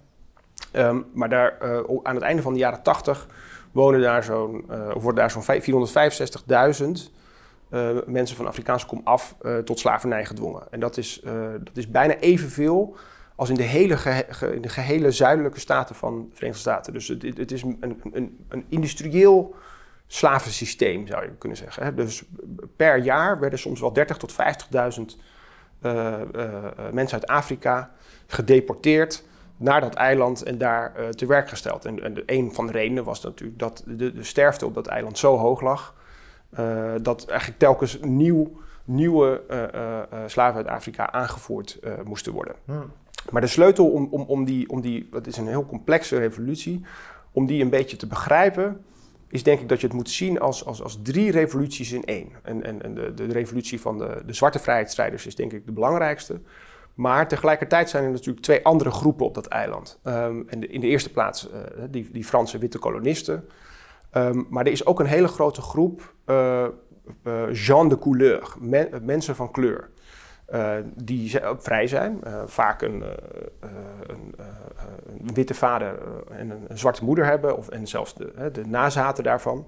Um, maar daar uh, aan het einde van de jaren tachtig... wonen daar zo'n, uh, of worden daar zo'n vierhonderdvijfenzestigduizend uh, mensen van Afrikaanse komaf uh, tot slavernij gedwongen. En dat is, uh, dat is bijna evenveel als in de hele, gehe- ge- in de gehele zuidelijke staten van de Verenigde Staten. Dus het, het is een, een, een industrieel slavensysteem, zou je kunnen zeggen. Hè. Dus per jaar werden soms wel dertig tot vijftigduizend uh, uh, mensen uit Afrika gedeporteerd naar dat eiland en daar uh, te werk gesteld. En, en de, een van de redenen was natuurlijk dat de, de sterfte op dat eiland zo hoog lag... Uh, dat eigenlijk telkens nieuw, nieuwe uh, uh, slaven uit Afrika aangevoerd uh, moesten worden. Hmm. Maar de sleutel om, om, om, die, om die... dat is een heel complexe revolutie... om die een beetje te begrijpen... is denk ik dat je het moet zien als, als, als drie revoluties in één. En, en, en de, de revolutie van de, de zwarte vrijheidsstrijders is denk ik de belangrijkste... Maar tegelijkertijd zijn er natuurlijk twee andere groepen op dat eiland. Um, en de, in de eerste plaats uh, die, die Franse witte kolonisten. Um, maar er is ook een hele grote groep uh, uh, gens de couleur, men, uh, mensen van kleur. Uh, die z- vrij zijn. Uh, vaak een, uh, uh, een, uh, een witte vader uh, en een, een zwarte moeder hebben. Of, en zelfs de, uh, de nazaten daarvan.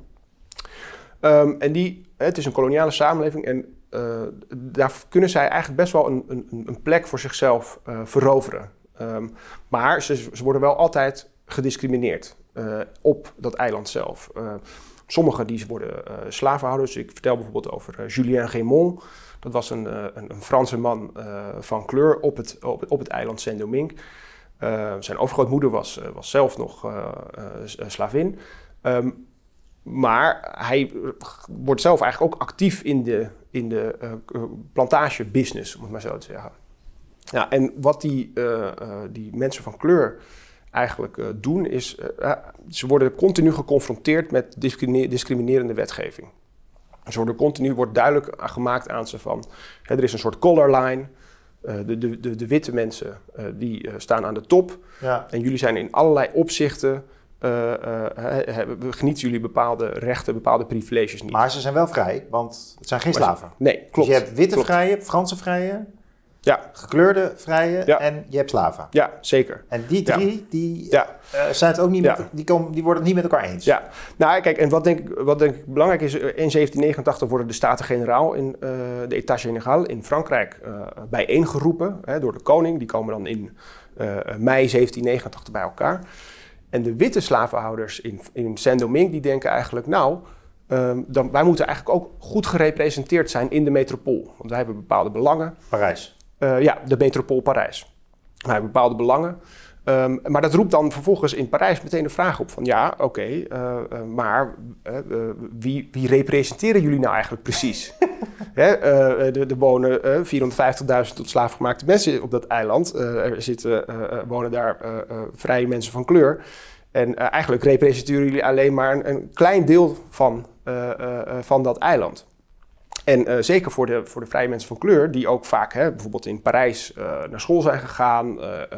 Um, en die, het is een koloniale samenleving en uh, daar kunnen zij eigenlijk best wel een, een, een plek voor zichzelf uh, veroveren. Um, maar ze, ze worden wel altijd gediscrimineerd uh, op dat eiland zelf. Uh, sommigen die worden uh, slavenhouders. Ik vertel bijvoorbeeld over uh, Julien Raymond. Dat was een, uh, een, een Franse man uh, van kleur op het, op, op het eiland Saint-Domingue. Uh, zijn overgrootmoeder was, uh, was zelf nog uh, uh, slavin. Um, Maar hij wordt zelf eigenlijk ook actief in de, in de uh, plantagebusiness, om het maar zo te zeggen. Ja, en wat die, uh, uh, die mensen van kleur eigenlijk uh, doen is... Uh, ze worden continu geconfronteerd met discrimine- discriminerende wetgeving. Ze worden continu wordt duidelijk gemaakt aan ze van... Hè, er is een soort color line. Uh, de, de, de, de witte mensen uh, die uh, staan aan de top. Ja. En jullie zijn in allerlei opzichten... Uh, uh, uh, genieten jullie bepaalde rechten, bepaalde privileges niet. Maar ze zijn wel vrij, want het zijn geen slaven. Ze, nee, klopt. Dus je hebt witte klopt. vrije, Franse vrije, ja. gekleurde vrije ja. en je hebt slaven. Ja, zeker. En die drie, ja. die, ja. uh, zijn het ook niet ja. met, die, komen, die worden het niet met elkaar eens. Ja, nou kijk, en wat denk, ik, wat denk ik belangrijk is, in zeventien negenentachtig worden de Staten-Generaal in uh, de État Général in Frankrijk uh, bijeengeroepen hè, door de koning. Die komen dan in uh, mei zeventien negenentachtig bij elkaar. En de witte slavenhouders in, in Saint-Domingue die denken eigenlijk, nou, um, dan, wij moeten eigenlijk ook goed gerepresenteerd zijn in de metropool. Want wij hebben bepaalde belangen. Parijs. Uh, ja, de metropool Parijs. Wij hebben bepaalde belangen. Um, maar dat roept dan vervolgens in Parijs meteen de vraag op van, ja, oké, okay, uh, uh, maar uh, uh, wie, wie representeren jullie nou eigenlijk precies? Hè, uh, er wonen uh, vierhonderdvijftigduizend tot slaafgemaakte mensen op dat eiland. Uh, er zitten, uh, wonen daar uh, uh, vrije mensen van kleur. En uh, eigenlijk representeren jullie alleen maar een, een klein deel van, uh, uh, van dat eiland. En uh, zeker voor de, voor de vrije mensen van kleur, die ook vaak hè, bijvoorbeeld in Parijs uh, naar school zijn gegaan. Uh, uh,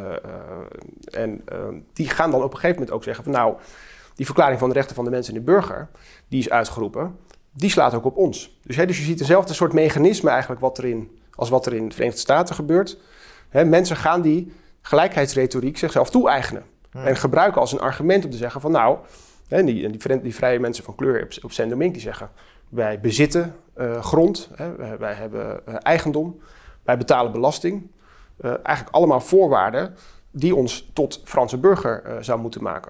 uh, en uh, die gaan dan op een gegeven moment ook zeggen van nou, die verklaring van de rechten van de mensen en de burger, die is uitgeroepen, die slaat ook op ons. Dus, hè, dus je ziet dezelfde soort mechanisme eigenlijk wat erin, als wat er in de Verenigde Staten gebeurt. Hè, mensen gaan die gelijkheidsretoriek zichzelf toe-eigenen. Hmm. En gebruiken als een argument om te zeggen van nou, hè, die, die, die vrije mensen van kleur op, op Saint-Domingue die zeggen, wij bezitten uh, grond, hè, wij, wij hebben uh, eigendom, wij betalen belasting. Uh, eigenlijk allemaal voorwaarden die ons tot Franse burger uh, zou moeten maken.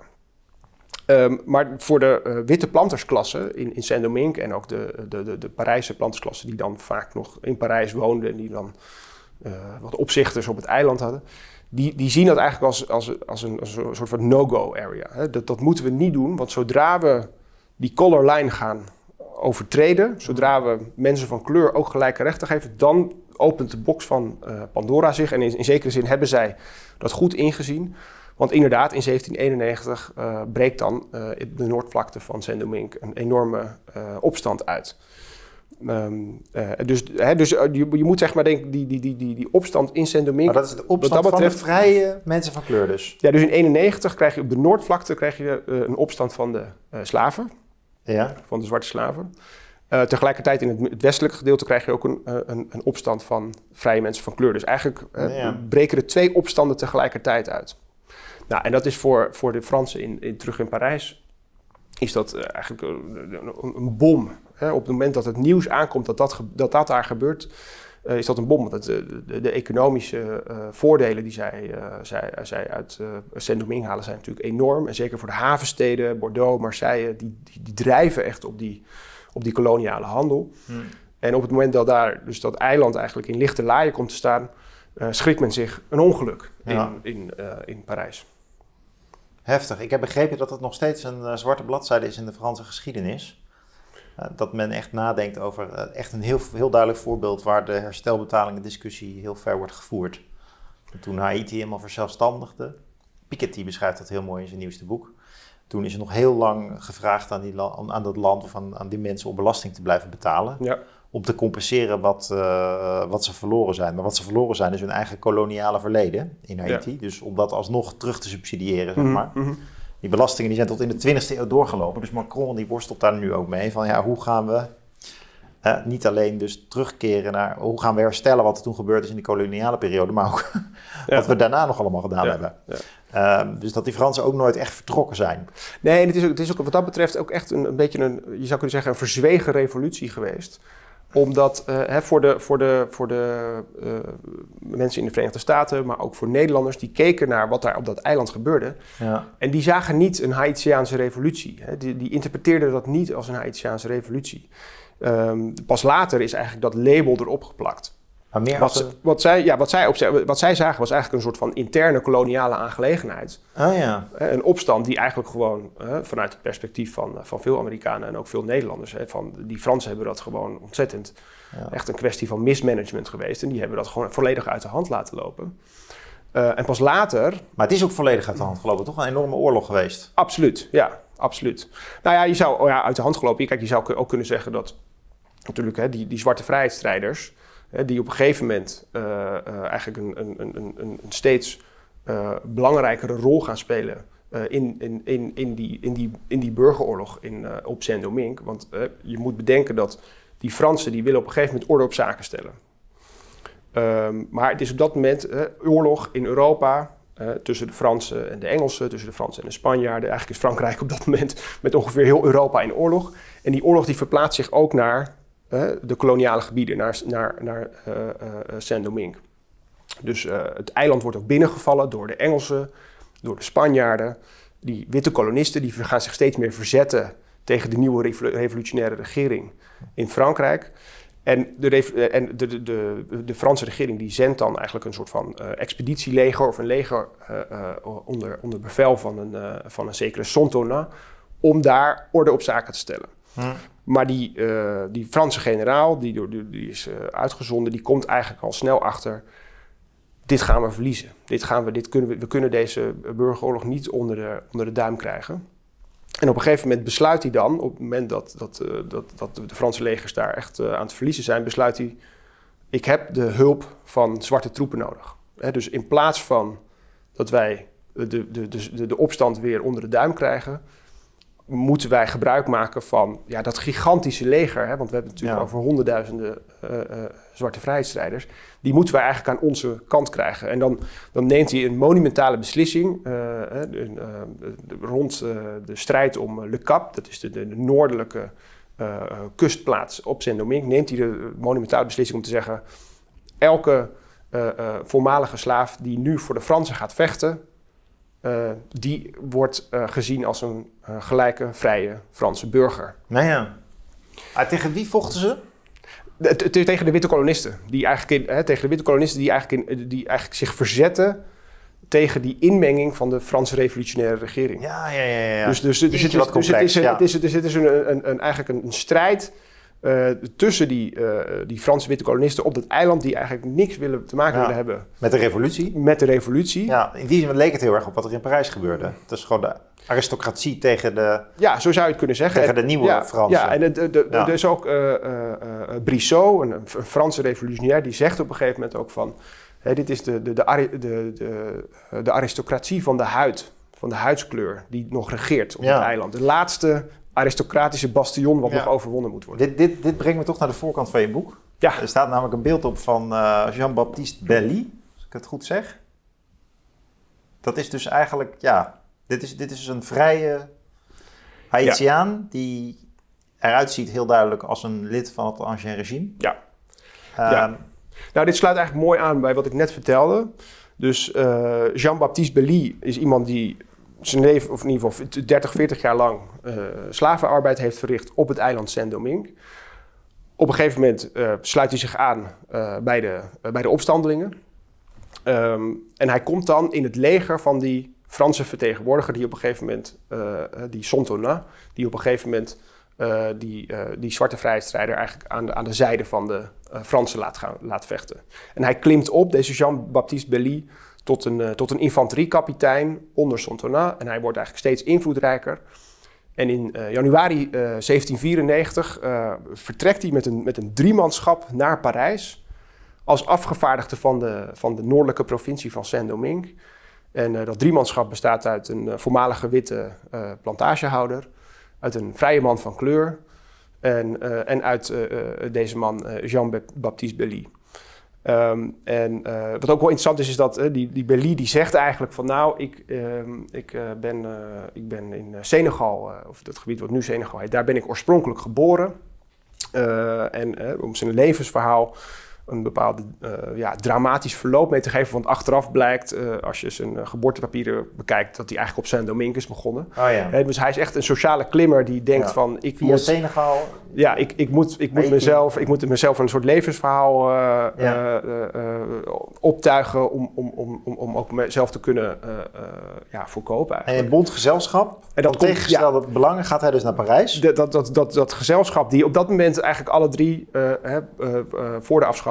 Um, maar voor de uh, witte plantersklasse in, in Saint-Domingue en ook de, de, de, de Parijse plantersklasse die dan vaak nog in Parijs woonden en die dan uh, wat opzichters op het eiland hadden, die, die zien dat eigenlijk als, als, als, een, als een soort van no-go area. Hè. Dat, dat moeten we niet doen, want zodra we die color line gaan overtreden, zodra we mensen van kleur ook gelijke rechten geven, dan opent de box van uh, Pandora zich. En in, in zekere zin hebben zij dat goed ingezien. Want inderdaad, in zeventien eenennegentig uh, breekt dan uh, in de noordvlakte van Saint-Domingue een enorme uh, opstand uit. Um, uh, dus hè, dus uh, je, je moet zeg maar denken, die, die, die, die, die opstand in Saint-Domingue... Maar dat is de opstand dat betreft, van de vrije mensen van kleur dus? Ja, dus in eenennegentig krijg je op de noordvlakte krijg je, uh, een opstand van de uh, slaven. Ja. Van de zwarte slaven. Uh, tegelijkertijd in het, het westelijke gedeelte krijg je ook een, uh, een, een opstand van vrije mensen van kleur. Dus eigenlijk uh, ja. breken er twee opstanden tegelijkertijd uit. Nou, en dat is voor, voor de Fransen in, in, terug in Parijs, is dat uh, eigenlijk een, een, een bom. Hè? Op het moment dat het nieuws aankomt dat dat, dat, dat daar gebeurt, uh, is dat een bom. Want het, de, de, de economische uh, voordelen die zij, uh, zij, zij uit uh, Saint-Domingue halen zijn natuurlijk enorm. En zeker voor de havensteden, Bordeaux, Marseille, die, die, die drijven echt op die, op die koloniale handel. Hmm. En op het moment dat daar dus dat eiland eigenlijk in lichte laaien komt te staan, uh, schrikt men zich een ongeluk in, ja. in, uh, in Parijs. Heftig. Ik heb begrepen dat het nog steeds een uh, zwarte bladzijde is in de Franse geschiedenis. Uh, dat men echt nadenkt over uh, echt een heel, heel duidelijk voorbeeld waar de herstelbetalingen discussie heel ver wordt gevoerd. En toen Haïti helemaal verzelfstandigde, Piketty beschrijft dat heel mooi in zijn nieuwste boek. Toen is er nog heel lang gevraagd aan, die la- aan dat land of aan, aan die mensen om belasting te blijven betalen. Ja. Om te compenseren wat, uh, wat ze verloren zijn. Maar wat ze verloren zijn is hun eigen koloniale verleden in Haïti. Ja. Dus om dat alsnog terug te subsidiëren, zeg maar. Mm-hmm. Die belastingen die zijn tot in de twintigste eeuw doorgelopen. Dus Macron die worstelt daar nu ook mee. Van ja, hoe gaan we uh, niet alleen dus terugkeren naar... Hoe gaan we herstellen wat er toen gebeurd is in de koloniale periode. Maar ook ja. wat we daarna nog allemaal gedaan ja. hebben. Ja. Um, dus dat die Fransen ook nooit echt vertrokken zijn. Nee, en het is ook, het is ook wat dat betreft ook echt een, een beetje een... Je zou kunnen zeggen een verzwegen revolutie geweest. Omdat uh, hè, voor de, voor de, voor de uh, mensen in de Verenigde Staten, maar ook voor Nederlanders, die keken naar wat daar op dat eiland gebeurde. Ja. En die zagen niet een Haïtiaanse revolutie. Hè. Die, die interpreteerden dat niet als een Haïtiaanse revolutie. Um, pas later is eigenlijk dat label erop geplakt. Maar meer wat, een... wat, zij, ja, wat, zij op, wat zij zagen was eigenlijk een soort van interne koloniale aangelegenheid. Oh ja. Een opstand die eigenlijk gewoon uh, vanuit het perspectief van, van veel Amerikanen en ook veel Nederlanders, hè, van, die Fransen hebben dat gewoon ontzettend, ja. echt een kwestie van mismanagement geweest. En die hebben dat gewoon volledig uit de hand laten lopen. Uh, en pas later... Maar het is ook volledig uit de hand gelopen, toch? Een enorme oorlog geweest. Absoluut, ja, absoluut. Nou ja, je zou oh ja, uit de hand gelopen. Kijk, je zou ook kunnen zeggen dat natuurlijk hè, die, die zwarte vrijheidsstrijders, hè, die op een gegeven moment uh, uh, eigenlijk een, een, een, een, een steeds uh, belangrijkere rol gaan spelen uh, in, in, in, in, die, in, die, in die burgeroorlog in, uh, op Saint-Domingue. Want uh, je moet bedenken dat die Fransen die willen op een gegeven moment orde op zaken stellen. Um, maar het is op dat moment uh, oorlog in Europa uh, tussen de Fransen en de Engelsen, tussen de Fransen en de Spanjaarden. Eigenlijk is Frankrijk op dat moment met ongeveer heel Europa in oorlog. En die oorlog die verplaatst zich ook naar uh, de koloniale gebieden, naar, naar, naar uh, uh, Saint-Domingue. Dus uh, het eiland wordt ook binnengevallen door de Engelsen, door de Spanjaarden. Die witte kolonisten die gaan zich steeds meer verzetten tegen de nieuwe revolutionaire regering in Frankrijk. En, de, en de, de, de, de Franse regering die zendt dan eigenlijk een soort van uh, expeditieleger of een leger uh, uh, onder, onder bevel van een, uh, van een zekere Sonthonas om daar orde op zaken te stellen. Hmm. Maar die, uh, die Franse generaal, die, door, die, die is uh, uitgezonden, die komt eigenlijk al snel achter, dit gaan we verliezen. Dit gaan we, dit kunnen we, we kunnen deze burgeroorlog niet onder de, onder de duim krijgen. En op een gegeven moment besluit hij dan, op het moment dat, dat, uh, dat, dat de Franse legers daar echt uh, aan het verliezen zijn, besluit hij, ik heb de hulp van zwarte troepen nodig. He, dus in plaats van dat wij de, de, de, de opstand weer onder de duim krijgen, moeten wij gebruik maken van ja, dat gigantische leger. Hè, want we hebben het natuurlijk ja. over honderdduizenden uh, uh, zwarte vrijheidsstrijders. Die moeten wij eigenlijk aan onze kant krijgen. En dan, dan neemt hij een monumentale beslissing uh, uh, uh, rond uh, de strijd om Le Cap. Dat is de, de, de noordelijke uh, uh, kustplaats op Saint-Domingue. Neemt hij de monumentale beslissing om te zeggen, elke uh, uh, voormalige slaaf die nu voor de Fransen gaat vechten, Uh, die wordt uh, gezien als een uh, gelijke, vrije Franse burger. Nou ja. Ah, tegen wie vochten ze? De, te, tegen de witte kolonisten. Die eigenlijk in, hè, tegen de witte kolonisten die eigenlijk, in, die eigenlijk zich verzetten tegen die inmenging van de Franse revolutionaire regering. Ja, ja, ja. ja. Dus, dus, dus, dus, dus, dus het is, ja. het is, dus het is een, een, een, eigenlijk een, een strijd Uh, tussen die, uh, die Franse witte kolonisten op dat eiland die eigenlijk niks willen te maken ja. willen hebben. Met de revolutie? Met de revolutie. Ja, in die zin leek het heel erg op wat er in Parijs gebeurde. Het is gewoon de aristocratie tegen de... Ja, zo zou je het kunnen zeggen. Tegen de nieuwe ja, Fransen. Ja, en de, de, de, ja. er is ook uh, uh, uh, Brissot, een, een Franse revolutionair, die zegt op een gegeven moment ook van, hey, dit is de, de, de, de, de, de aristocratie van de huid, van de huidskleur, die nog regeert op ja. het eiland. De laatste aristocratische bastion wat ja. nog overwonnen moet worden. Dit, dit, dit brengt me toch naar de voorkant van je boek. Ja. Er staat namelijk een beeld op van uh, Jean-Baptiste Belly, als ik het goed zeg. Dat is dus eigenlijk, ja, dit is, dit is een vrije Haïtiaan ja. die eruit ziet heel duidelijk als een lid van het Ancien regime. Ja. Uh, ja. Nou, dit sluit eigenlijk mooi aan bij wat ik net vertelde. Dus uh, Jean-Baptiste Belly is iemand die zijn leven, of in ieder geval dertig, veertig jaar lang uh, slavenarbeid heeft verricht op het eiland Saint-Domingue. Op een gegeven moment uh, sluit hij zich aan uh, bij, de, uh, bij de opstandelingen. Um, en hij komt dan in het leger van die Franse vertegenwoordiger die op een gegeven moment, uh, die Sonthonas, die op een gegeven moment uh, die, uh, die zwarte vrijheidsstrijder eigenlijk aan de, aan de zijde van de uh, Fransen laat, gaan, laat vechten. En hij klimt op, deze Jean-Baptiste Belly, tot een, uh, tot een infanteriekapitein onder Sonthonas. En hij wordt eigenlijk steeds invloedrijker. En in uh, januari uh, zeventien vierennegentig uh, vertrekt hij met een, met een driemanschap naar Parijs als afgevaardigde van de, van de noordelijke provincie van Saint-Domingue. En uh, dat driemanschap bestaat uit een uh, voormalige witte uh, plantagehouder, uit een vrije man van kleur en, uh, en uit uh, uh, deze man uh, Jean-Baptiste Belly. Um, en uh, wat ook wel interessant is, is dat uh, die, die Belly die zegt eigenlijk van nou, ik, uh, ik, uh, ben, uh, ik ben in Senegal, uh, of dat gebied wat nu Senegal heet, daar ben ik oorspronkelijk geboren. Uh, en uh, om zijn levensverhaal een bepaalde uh, ja, dramatisch verloop mee te geven. Want achteraf blijkt, uh, als je zijn uh, geboortepapieren bekijkt, dat hij eigenlijk op Saint-Domingue is begonnen. Oh, ja. uh, dus hij is echt een sociale klimmer die denkt ja. van... Ik Via moet, Senegal... Ja, ik, ik, moet, ik, moet mezelf, ik moet mezelf een soort levensverhaal uh, ja. uh, uh, uh, optuigen om, om, om, om, om ook mezelf te kunnen uh, uh, ja, voorkopen. Eigenlijk. En in bondgezelschap, en dan tegengestelde ja, belangen, gaat hij dus naar Parijs? Dat, dat, dat, dat, dat gezelschap die op dat moment eigenlijk alle drie uh, uh, uh, voor de afschaffing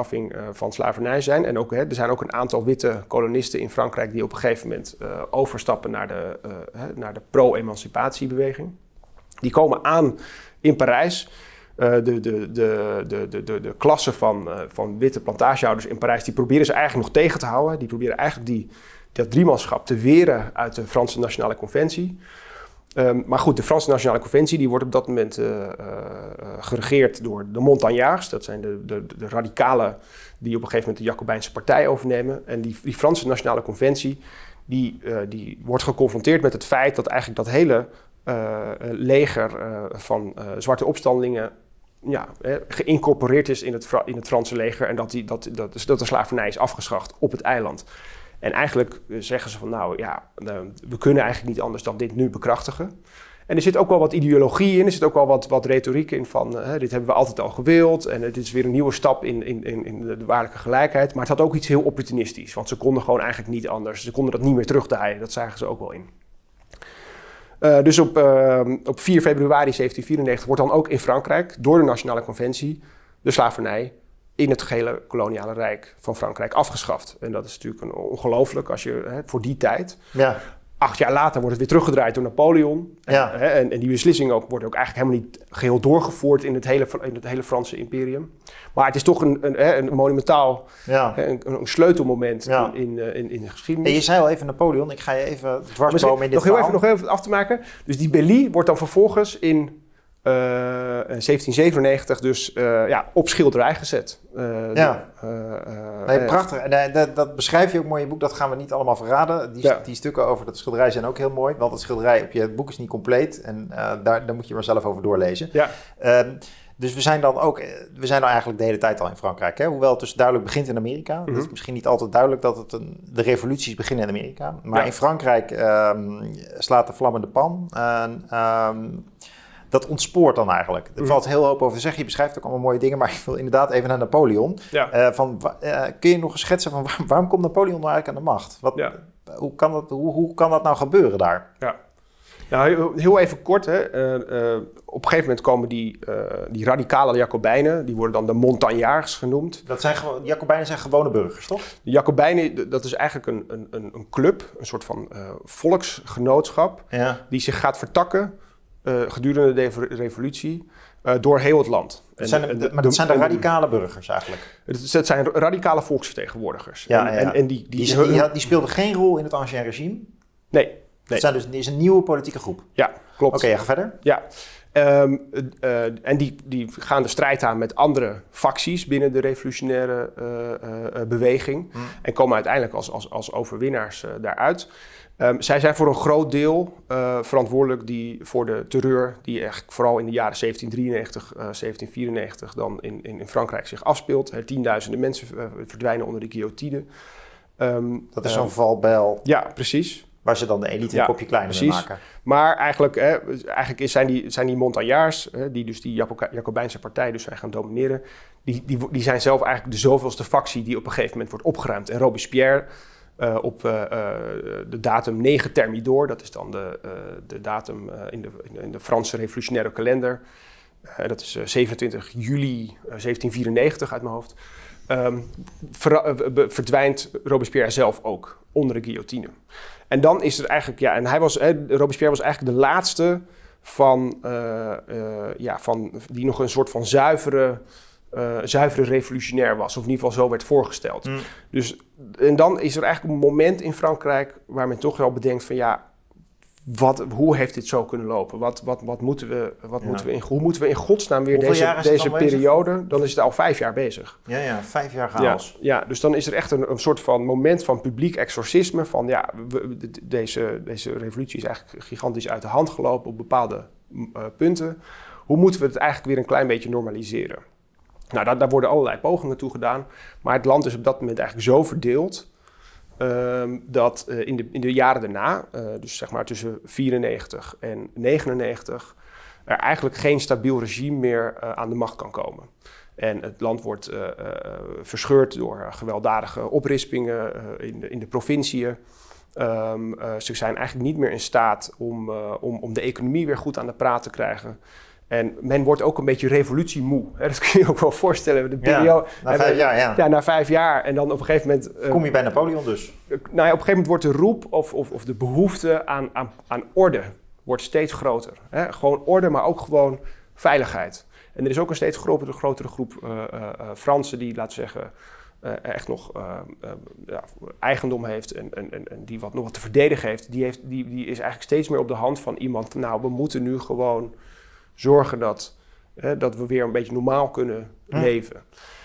afschaffing uh, van slavernij zijn. En ook, hè, er zijn ook een aantal witte kolonisten in Frankrijk die op een gegeven moment uh, overstappen naar de, uh, naar de pro-emancipatiebeweging. Die komen aan in Parijs. Uh, de, de, de, de, de, de, de klasse van, uh, van witte plantagehouders in Parijs, die proberen ze eigenlijk nog tegen te houden. Die proberen eigenlijk die, dat driemanschap te weren uit de Franse Nationale Conventie. Um, maar goed, de Franse Nationale Conventie die wordt op dat moment uh, uh, geregeerd door de Montagnards. Dat zijn de, de, de radicalen die op een gegeven moment de Jacobijnse partij overnemen. En die, die Franse Nationale Conventie die, uh, die wordt geconfronteerd met het feit dat eigenlijk dat hele uh, leger uh, van uh, zwarte opstandelingen ja, eh, geïncorporeerd is in het, in het Franse leger. En dat, die, dat, dat, dat de slavernij is afgeschaft op het eiland. En eigenlijk zeggen ze van nou ja, we kunnen eigenlijk niet anders dan dit nu bekrachtigen. En er zit ook wel wat ideologie in, er zit ook wel wat, wat retoriek in van uh, dit hebben we altijd al gewild. En uh, dit is weer een nieuwe stap in, in, in, in de waarlijke gelijkheid. Maar het had ook iets heel opportunistisch, want ze konden gewoon eigenlijk niet anders. Ze konden dat niet meer terugdraaien, dat zagen ze ook wel in. Uh, dus op, uh, op vier februari zeventien vierennegentig wordt dan ook in Frankrijk door de Nationale Conventie de slavernij in het gehele koloniale rijk van Frankrijk afgeschaft. En dat is natuurlijk een ongelooflijk als je hè, voor die tijd. Ja. Acht jaar later wordt het weer teruggedraaid door Napoleon. Ja. En, hè, en, en die beslissing ook, wordt ook eigenlijk helemaal niet geheel doorgevoerd in het hele, in het hele Franse imperium. Maar het is toch een, een, een monumentaal, ja. hè, een, een sleutelmoment ja. in, in, in, in de geschiedenis. En je zei al even Napoleon, ik ga je even dwarsbomen in dit nog heel even, nog heel even af te maken. Dus die Belly wordt dan vervolgens in Uh, zeventien zevenennegentig dus uh, ja, op schilderij gezet. Uh, ja, de, uh, uh, nee, prachtig. En uh, dat, dat beschrijf je ook mooi in je boek. Dat gaan we niet allemaal verraden. Die, ja. die stukken over dat schilderij zijn ook heel mooi. Want het schilderij op je boek is niet compleet. En uh, daar, daar moet je maar zelf over doorlezen. Ja. Uh, dus we zijn dan ook, we zijn dan eigenlijk de hele tijd al in Frankrijk. Hè? Hoewel het dus duidelijk begint in Amerika. Mm-hmm. Het is misschien niet altijd duidelijk dat het een, de revoluties beginnen in Amerika. Maar ja. in Frankrijk um, slaat de vlam in de pan. Uh, um, Dat ontspoort dan eigenlijk. Er valt heel hoop over te zeggen. Je beschrijft ook allemaal mooie dingen. Maar ik wil inderdaad even naar Napoleon. Ja. Uh, van, uh, kun je nog eens schetsen van waar, waarom komt Napoleon nou eigenlijk aan de macht? Wat, ja. hoe, kan dat, hoe, hoe kan dat nou gebeuren daar? Ja. Nou, heel, heel even kort. Hè. Uh, uh, op een gegeven moment komen die, uh, die radicale Jacobijnen. Die worden dan de Montagnards genoemd. Dat zijn gewoon, Jacobijnen zijn gewone burgers, toch? De Jacobijnen, dat is eigenlijk een, een, een club. Een soort van uh, volksgenootschap. Ja. Die zich gaat vertakken. Uh, gedurende de revolutie uh, door heel het land. En, zijn de, de, maar dat zijn de radicale burgers eigenlijk? Het, het zijn radicale volksvertegenwoordigers. Ja, en, ja. En, en die, die, die, die, die speelden geen rol in het ancien regime? Nee. nee. Het zijn dus, is een nieuwe politieke groep? Ja, klopt. Oké, okay, ga verder. Ja. Um, uh, en die, die gaan de strijd aan met andere facties binnen de revolutionaire uh, uh, beweging. Hmm. En komen uiteindelijk als, als, als overwinnaars uh, daaruit. Um, zij zijn voor een groot deel uh, verantwoordelijk die, voor de terreur die eigenlijk vooral in de jaren zeventien drieënnegentig, uh, zeventien vierennegentig dan in, in, in Frankrijk zich afspeelt. He, tienduizenden mensen uh, verdwijnen onder de guillotine. Um, dat is uh, zo'n valbijl. Ja, precies. Waar ze dan de elite een ja, kopje kleiner mee maken. Maar eigenlijk, hè, eigenlijk zijn, die, zijn die Montagnards, hè, die dus die Jacobijnse partij dus zijn gaan domineren, die, die, die zijn zelf eigenlijk de zoveelste factie die op een gegeven moment wordt opgeruimd. En Robespierre uh, op uh, uh, de datum negen Thermidor, dat is dan de, uh, de datum uh, in, de, in de Franse revolutionaire kalender. Uh, dat is uh, zevenentwintig juli uh, zeventien vierennegentig uit mijn hoofd. Um, ver, uh, verdwijnt Robespierre zelf ook onder de guillotine. En dan is er eigenlijk, ja, en hij was, eh, Robespierre was eigenlijk de laatste van, uh, uh, ja, van, die nog een soort van zuivere, uh, zuivere revolutionair was, of in ieder geval zo werd voorgesteld. Mm. Dus, en dan is er eigenlijk een moment in Frankrijk waar men toch wel bedenkt van, ja, wat, hoe heeft dit zo kunnen lopen? Wat, wat, wat moeten we, wat ja. moeten we in, hoe moeten we in godsnaam weer Hoeveel deze, deze dan periode? Bezig? Dan is het al vijf jaar bezig. Ja, ja, vijf jaar chaos. Ja, ja, dus dan is er echt een, een soort van moment van publiek exorcisme. Van ja, we, deze, deze revolutie is eigenlijk gigantisch uit de hand gelopen op bepaalde uh, punten. Hoe moeten we het eigenlijk weer een klein beetje normaliseren? Nou, daar, daar worden allerlei pogingen toe gedaan. Maar het land is op dat moment eigenlijk zo verdeeld. Um, dat uh, in, de, in de jaren daarna, uh, dus zeg maar tussen vierennegentig en negenennegentig, er eigenlijk geen stabiel regime meer uh, aan de macht kan komen. En het land wordt uh, uh, verscheurd door gewelddadige oprispingen uh, in, de, in de provinciën. Um, uh, ze zijn eigenlijk niet meer in staat om, uh, om, om de economie weer goed aan de praat te krijgen. En men wordt ook een beetje revolutiemoe. Hè? Dat kun je ook wel voorstellen. De periode, ja, na vijf jaar, ja. Ja, na vijf jaar. En dan op een gegeven moment... Uh, Kom je bij Napoleon dus? Nou ja, op een gegeven moment wordt de roep of, of, of de behoefte aan, aan, aan orde wordt steeds groter. Hè? Gewoon orde, maar ook gewoon veiligheid. En er is ook een steeds grotere, grotere groep uh, uh, uh, Fransen die, laten we zeggen... Uh, echt nog uh, uh, ja, eigendom heeft en, en, en die wat, nog wat te verdedigen heeft. Die, heeft die, die is eigenlijk steeds meer op de hand van iemand... nou, we moeten nu gewoon... zorgen dat, eh, dat we weer een beetje normaal kunnen hm. leven.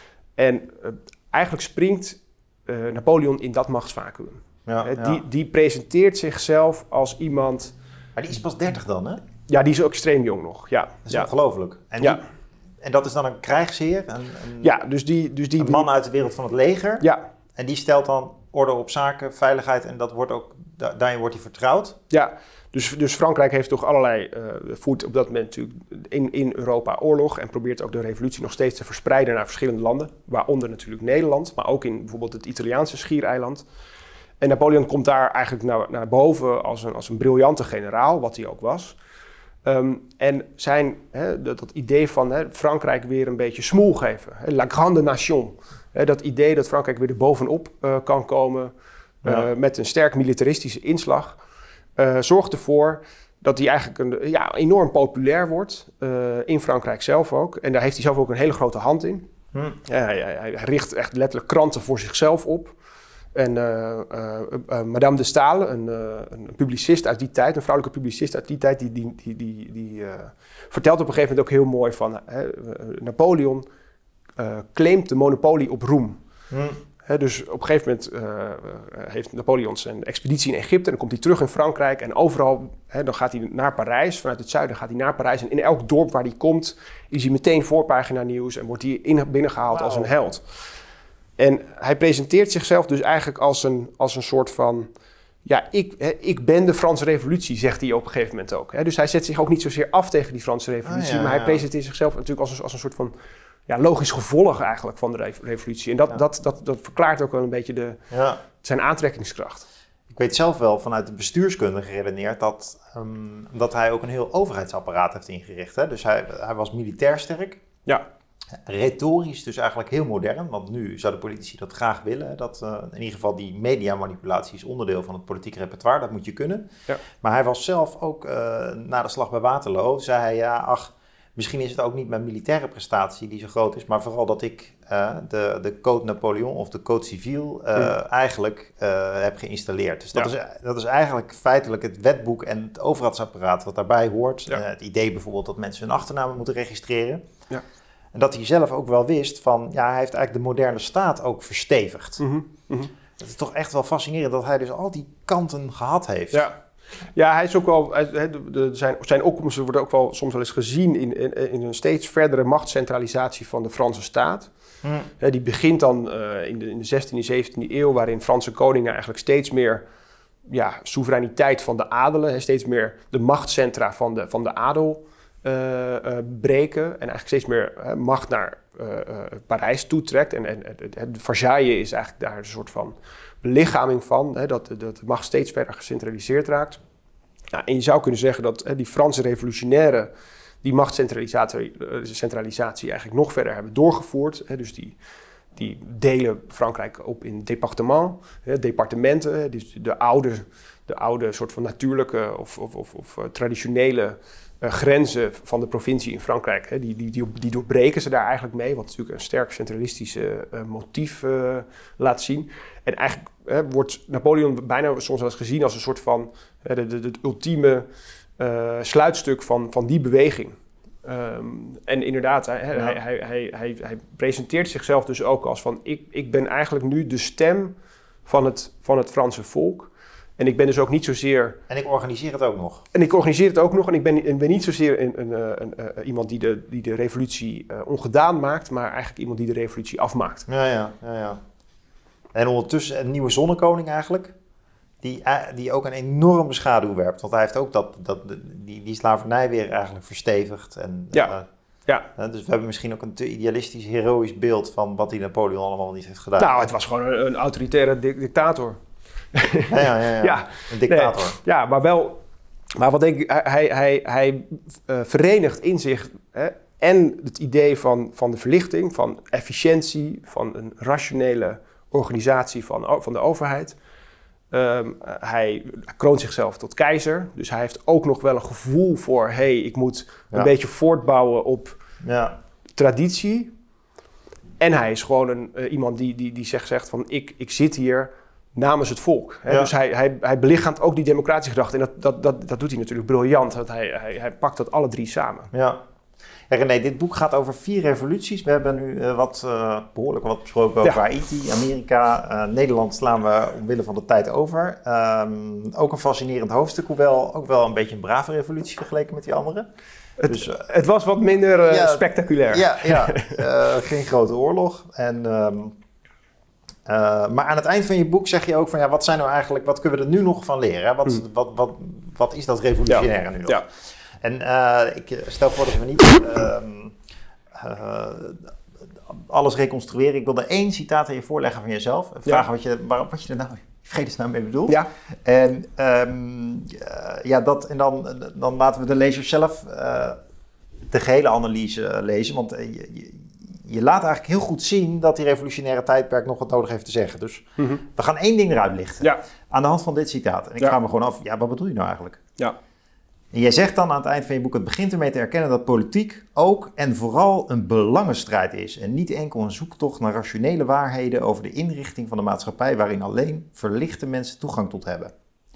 En uh, eigenlijk springt uh, Napoleon in dat machtsvacuum. Ja, uh, ja. die, die presenteert zichzelf als iemand... Maar die is pas dertig dan, hè? Ja, die is ook extreem jong nog. Ja. Dat is ja. ongelooflijk. En, ja. die, en dat is dan een krijgsheer? Een, een, ja, dus die... Dus die een man uit de wereld van het leger? Ja. En die stelt dan orde op zaken, veiligheid... en dat wordt ook, daarin wordt hij vertrouwd? Ja. Dus, dus Frankrijk heeft toch allerlei, uh, voert op dat moment natuurlijk in, in Europa oorlog en probeert ook de revolutie nog steeds te verspreiden naar verschillende landen, waaronder natuurlijk Nederland, maar ook in bijvoorbeeld het Italiaanse schiereiland. En Napoleon komt daar eigenlijk naar, naar boven als een, als een briljante generaal, wat hij ook was. Um, en zijn, hè, dat, dat idee van hè, Frankrijk weer een beetje smoel geven, hè, la grande nation, hè, dat idee dat Frankrijk weer er bovenop uh, kan komen uh, ja. met een sterk militaristische inslag. Uh, zorgt ervoor dat hij eigenlijk een, ja, enorm populair wordt. Uh, in Frankrijk zelf ook. En daar heeft hij zelf ook een hele grote hand in. Hm. Uh, hij, hij richt echt letterlijk kranten voor zichzelf op. En uh, uh, uh, Madame de Staël, een, uh, een publicist uit die tijd, een vrouwelijke publicist uit die tijd, die, die, die, die, die uh, vertelt op een gegeven moment ook heel mooi van... Uh, Napoleon uh, claimt de monopolie op roem. Hm. He, dus op een gegeven moment uh, heeft Napoleon zijn expeditie in Egypte... en dan komt hij terug in Frankrijk en overal... He, dan gaat hij naar Parijs, vanuit het zuiden gaat hij naar Parijs... en in elk dorp waar hij komt is hij meteen voorpagina nieuws... en wordt hij in, binnengehaald wow. als een held. En hij presenteert zichzelf dus eigenlijk als een, als een soort van... ja, ik, he, ik ben de Franse revolutie, zegt hij op een gegeven moment ook. He, dus hij zet zich ook niet zozeer af tegen die Franse revolutie... Ah, ja, maar hij ja. presenteert zichzelf natuurlijk als een, als een soort van... ja, logisch gevolg eigenlijk van de revolutie. En dat, ja. dat, dat, dat verklaart ook wel een beetje de, ja. zijn aantrekkingskracht. Ik weet zelf wel vanuit de bestuurskunde geredeneerd... dat, um, dat hij ook een heel overheidsapparaat heeft ingericht. Hè? Dus hij, hij was militair sterk. Ja. Retorisch dus eigenlijk heel modern. Want nu zouden politici dat graag willen. Dat, uh, in ieder geval die mediamanipulatie is onderdeel van het politieke repertoire. Dat moet je kunnen. Ja. Maar hij was zelf ook, uh, na de slag bij Waterloo... zei hij, ja, ach... misschien is het ook niet mijn militaire prestatie die zo groot is... maar vooral dat ik uh, de, de Code Napoleon of de Code Civil uh, ja. eigenlijk uh, heb geïnstalleerd. Dus dat, ja. is, dat is eigenlijk feitelijk het wetboek en het overheidsapparaat wat daarbij hoort. Ja. Uh, het idee bijvoorbeeld dat mensen hun achternamen moeten registreren. Ja. En dat hij zelf ook wel wist van... ja, hij heeft eigenlijk de moderne staat ook verstevigd. Mm-hmm. Mm-hmm. Het is toch echt wel fascinerend dat hij dus al die kanten gehad heeft. Ja. Ja, hij is ook wel, hij, de, de, zijn, zijn opkomsten worden ook wel soms wel eens gezien in, in, in een steeds verdere machtscentralisatie van de Franse staat. Hmm. He, die begint dan uh, in, de, in de zestiende, zeventiende eeuw, waarin Franse koningen eigenlijk steeds meer ja, soevereiniteit van de adelen, he, steeds meer de machtscentra van de, van de adel uh, uh, breken en eigenlijk steeds meer uh, macht naar uh, uh, Parijs toetrekt. En, en, en Versailles is eigenlijk daar een soort van belichaming van, hè, dat, dat de macht steeds verder gecentraliseerd raakt. Nou, en je zou kunnen zeggen dat hè, die Franse revolutionairen die machtscentralisatie centralisatie eigenlijk nog verder hebben doorgevoerd. Hè, dus die, die delen Frankrijk op in departement, hè, departementen. Dus de oude, de oude soort van natuurlijke of, of, of, of traditionele uh, grenzen van de provincie in Frankrijk, hè, die, die, die, die doorbreken ze daar eigenlijk mee, wat natuurlijk een sterk centralistische uh, motief uh, laat zien. En eigenlijk hè, wordt Napoleon bijna soms wel eens gezien als een soort van hè, de, de, de ultieme uh, sluitstuk van, van die beweging. Um, en inderdaad, hij, ja. hij, hij, hij, hij, hij presenteert zichzelf dus ook als van ik, ik ben eigenlijk nu de stem van het, van het Franse volk. En ik ben dus ook niet zozeer... En ik organiseer het ook nog. En ik organiseer het ook nog. En ik ben, ik ben niet zozeer een, een, een, een, een, iemand die de, die de revolutie uh, ongedaan maakt, maar eigenlijk iemand die de revolutie afmaakt. Ja, ja, ja, ja. En ondertussen een nieuwe zonnekoning eigenlijk, die, die ook een enorme schaduw werpt. Want hij heeft ook dat, dat, die, die slavernij weer eigenlijk verstevigd. En, ja. Uh, ja. Uh, dus we hebben misschien ook een te idealistisch, heroïsch beeld van wat die Napoleon allemaal niet heeft gedaan. Nou, het was gewoon een, een autoritaire di- dictator. Ja, ja, ja, ja. ja. Een dictator. Nee, ja, maar wel Maar wat denk ik, hij, hij, hij uh, verenigt in zich hè, en het idee van, van de verlichting, van efficiëntie, van een rationele organisatie van, van de overheid. Um, hij kroont zichzelf tot keizer, dus hij heeft ook nog wel een gevoel voor, hé, hey, ik moet een ja. beetje voortbouwen op ja. traditie. En hij is gewoon een, uh, iemand die, die, die zegt, zegt van, ik, ik zit hier namens het volk. Hè? Ja. Dus hij, hij, hij belichaamt ook die democratische gedachte. En dat, dat, dat, dat doet hij natuurlijk briljant. Dat hij, hij, hij pakt dat alle drie samen. Ja. Ja, René, dit boek gaat over vier revoluties. We hebben nu uh, wat, uh, behoorlijk wat besproken over ja. Haiti, Amerika. Uh, Nederland slaan we omwille van de tijd over. Um, ook een fascinerend hoofdstuk, hoewel ook wel een beetje een brave revolutie vergeleken met die andere. Het, dus, uh, het was wat minder uh, ja, spectaculair. Ja, ja uh, geen grote oorlog. En... Um, Uh, maar aan het eind van je boek zeg je ook van ja, wat zijn nou eigenlijk, wat kunnen we er nu nog van leren? Hè? Wat, mm. wat, wat, wat is dat revolutionaire ja. nu nog? Ja. En uh, ik stel voor dat we niet uh, uh, alles reconstrueren. Ik wilde één citaat aan je voorleggen van jezelf. En vragen ja. wat, je, waar, wat je er nou vredesnaam mee bedoelt. Ja. En, um, uh, ja, dat, en dan, dan laten we de lezer zelf uh, de gehele analyse lezen. Want uh, je, je, Je laat eigenlijk heel goed zien dat die revolutionaire tijdperk nog wat nodig heeft te zeggen. Dus mm-hmm. we gaan één ding eruit lichten. Ja. Aan de hand van dit citaat. En ik ja. vraag me gewoon af, ja, wat bedoel je nou eigenlijk? Ja. En jij zegt dan aan het eind van je boek, het begint ermee te erkennen dat politiek ook en vooral een belangenstrijd is. En niet enkel een zoektocht naar rationele waarheden over de inrichting van de maatschappij waarin alleen verlichte mensen toegang tot hebben.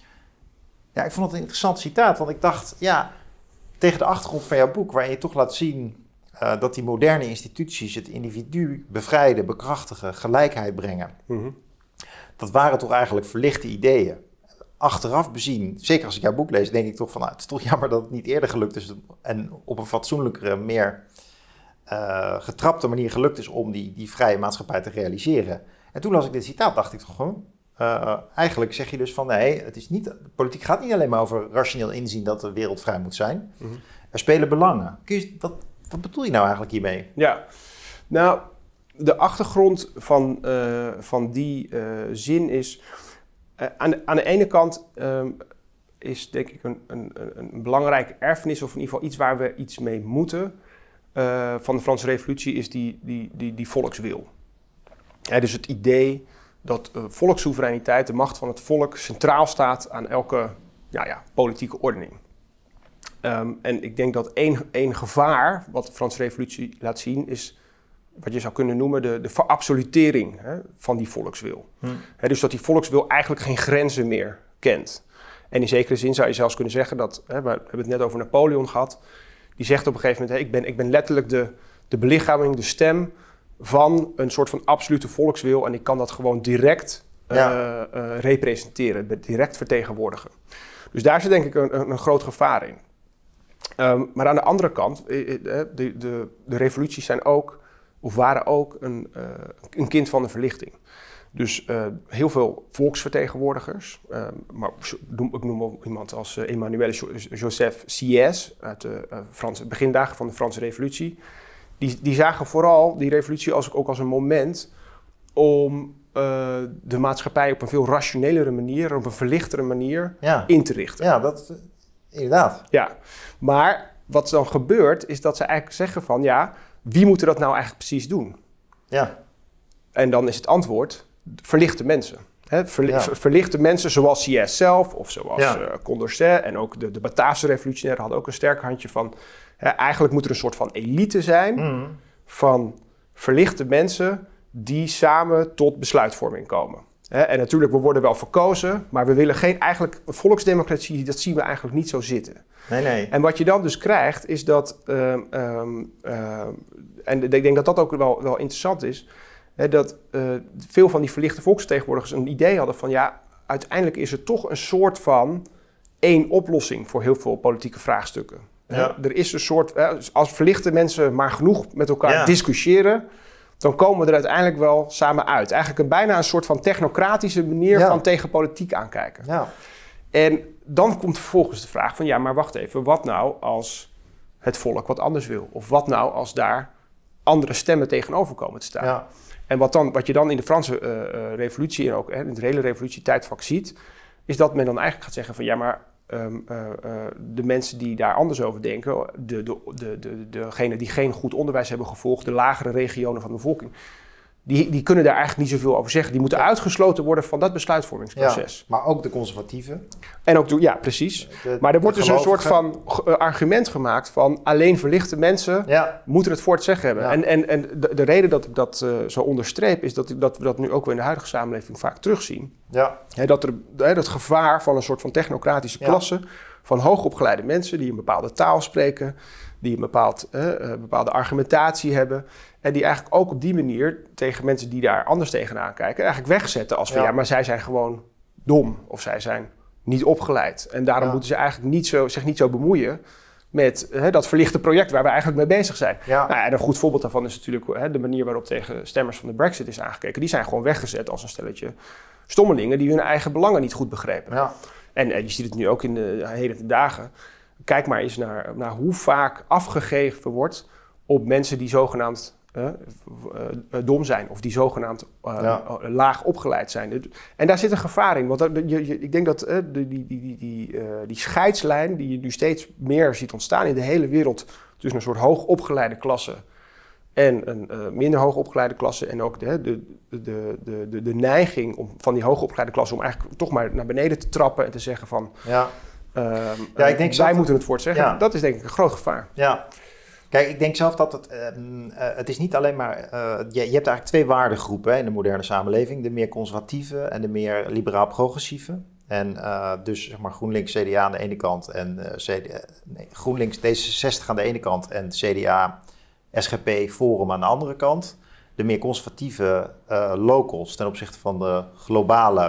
Ja, ik vond het een interessant citaat, want ik dacht, ja, tegen de achtergrond van jouw boek, waarin je toch laat zien... Uh, dat die moderne instituties het individu bevrijden, bekrachtigen, gelijkheid brengen. Mm-hmm. Dat waren toch eigenlijk verlichte ideeën. Achteraf bezien, zeker als ik jouw boek lees, denk ik toch van... Nou, het is toch jammer dat het niet eerder gelukt is... en op een fatsoenlijkere, meer uh, getrapte manier gelukt is... om die, die vrije maatschappij te realiseren. En toen las ik dit citaat, dacht ik toch gewoon... Uh, eigenlijk zeg je dus van nee, het is niet, politiek gaat niet alleen maar over rationeel inzien... dat de wereld vrij moet zijn. Mm-hmm. Er spelen belangen. Kun je dat... Wat bedoel je nou eigenlijk hiermee? Ja, nou, de achtergrond van, uh, van die uh, zin is... Uh, aan, de, aan de ene kant um, is denk ik een, een, een belangrijke erfenis... of in ieder geval iets waar we iets mee moeten... Uh, van de Franse Revolutie is die, die, die, die volkswil. Ja, dus het idee dat uh, volkssoevereiniteit, de macht van het volk... centraal staat aan elke ja, ja, politieke ordening. Um, en ik denk dat één, één gevaar, wat de Franse Revolutie laat zien, is wat je zou kunnen noemen de, de verabsolutering hè, van die volkswil. Hmm. He, dus dat die volkswil eigenlijk geen grenzen meer kent. En in zekere zin zou je zelfs kunnen zeggen dat, hè, we hebben het net over Napoleon gehad, die zegt op een gegeven moment, hè, ik, ben, ik ben letterlijk de, de belichaming, de stem van een soort van absolute volkswil en ik kan dat gewoon direct ja. uh, uh, representeren, direct vertegenwoordigen. Dus daar zit denk ik een, een, een groot gevaar in. Um, maar aan de andere kant, de, de, de revoluties zijn ook, of waren ook een, uh, een kind van de verlichting. Dus uh, heel veel volksvertegenwoordigers, uh, maar ik noem ook iemand als uh, Emmanuel Joseph Sieyès uit de uh, Franse, begindagen van de Franse Revolutie. Die, die zagen vooral die revolutie als, ook als een moment om uh, de maatschappij op een veel rationelere manier, op een verlichtere manier ja. in te richten. Ja, dat... Inderdaad. Ja, maar wat dan gebeurt is dat ze eigenlijk zeggen van... ja, wie moet er dat nou eigenlijk precies doen? Ja. En dan is het antwoord verlichte mensen. Hè, verli- ja. Verlichte mensen zoals Sieyès zelf of zoals ja. uh, Condorcet... en ook de, de Bataafse revolutionairen hadden ook een sterk handje van... Hè, eigenlijk moet er een soort van elite zijn... Mm. van verlichte mensen die samen tot besluitvorming komen. He, en natuurlijk, we worden wel verkozen, maar we willen geen eigenlijk volksdemocratie, dat zien we eigenlijk niet zo zitten. Nee, nee. En wat je dan dus krijgt, is dat, um, um, uh, en ik denk dat dat ook wel, wel interessant is, he, dat uh, veel van die verlichte volksvertegenwoordigers een idee hadden van, ja, uiteindelijk is er toch een soort van één oplossing voor heel veel politieke vraagstukken. Ja. He, er is een soort, als verlichte mensen maar genoeg met elkaar ja. discussiëren, dan komen we er uiteindelijk wel samen uit. Eigenlijk een bijna een soort van technocratische manier ja. van tegen politiek aankijken. Ja. En dan komt vervolgens de vraag van... ja, maar wacht even, wat nou als het volk wat anders wil? Of wat nou als daar andere stemmen tegenover komen te staan? Ja. En wat, dan, wat je dan in de Franse uh, uh, revolutie... en ook hè, in het hele revolutietijdvak ziet... is dat men dan eigenlijk gaat zeggen van... ja, maar um, uh, uh, de mensen die daar anders over denken, de, de, de, de, degenen die geen goed onderwijs hebben gevolgd, de lagere regionen van de bevolking, die, die kunnen daar eigenlijk niet zoveel over zeggen. Die moeten uitgesloten worden van dat besluitvormingsproces. Ja, maar ook de conservatieven. En ook, de, ja, precies. De, maar er wordt dus een soort van argument gemaakt van alleen verlichte mensen ja. moeten het voor het zeggen hebben. Ja. En, en, en de, de reden dat ik dat uh, zo onderstreep is dat, ik, dat we dat nu ook weer in de huidige samenleving vaak terugzien. Ja. He, dat er he, dat gevaar van een soort van technocratische klasse, ja. van hoogopgeleide mensen die een bepaalde taal spreken, die een bepaald, uh, bepaalde argumentatie hebben. En die eigenlijk ook op die manier tegen mensen die daar anders tegenaan kijken, eigenlijk wegzetten als van ja, ja maar zij zijn gewoon dom of zij zijn niet opgeleid. En daarom ja. moeten ze eigenlijk niet zo, zich niet zo bemoeien met hè, dat verlichte project waar we eigenlijk mee bezig zijn. Ja. Nou ja, en een goed voorbeeld daarvan is natuurlijk hè, de manier waarop tegen stemmers van de Brexit is aangekeken. Die zijn gewoon weggezet als een stelletje stommelingen die hun eigen belangen niet goed begrepen. Ja. En uh, je ziet het nu ook in de heden dagen. Kijk maar eens naar, naar hoe vaak afgegeven wordt op mensen die zogenaamd Uh, uh, uh, dom zijn of die zogenaamd uh, ja. uh, laag opgeleid zijn. En daar zit een gevaar in. Want uh, je, je, ik denk dat uh, die, die, die, die, uh, die scheidslijn die je nu steeds meer ziet ontstaan in de hele wereld tussen een soort hoogopgeleide klasse en een uh, minder hoogopgeleide klasse en ook de, de, de, de, de, de neiging om, van die hoogopgeleide klasse om eigenlijk toch maar naar beneden te trappen en te zeggen van ja. Uh, ja, ik denk uh, wij moeten het voor het zeggen. Ja. Dat is denk ik een groot gevaar. Ja. Kijk, ik denk zelf dat het, uh, uh, het is niet alleen maar, uh, je, je hebt eigenlijk twee waardegroepen hè, in de moderne samenleving. De meer conservatieve en de meer liberaal-progressieve. En uh, dus zeg maar GroenLinks, C D A aan de ene kant en uh, C D A, nee, GroenLinks, D zesenzestig aan de ene kant en C D A, S G P, Forum aan de andere kant. De meer conservatieve uh, locals ten opzichte van de globale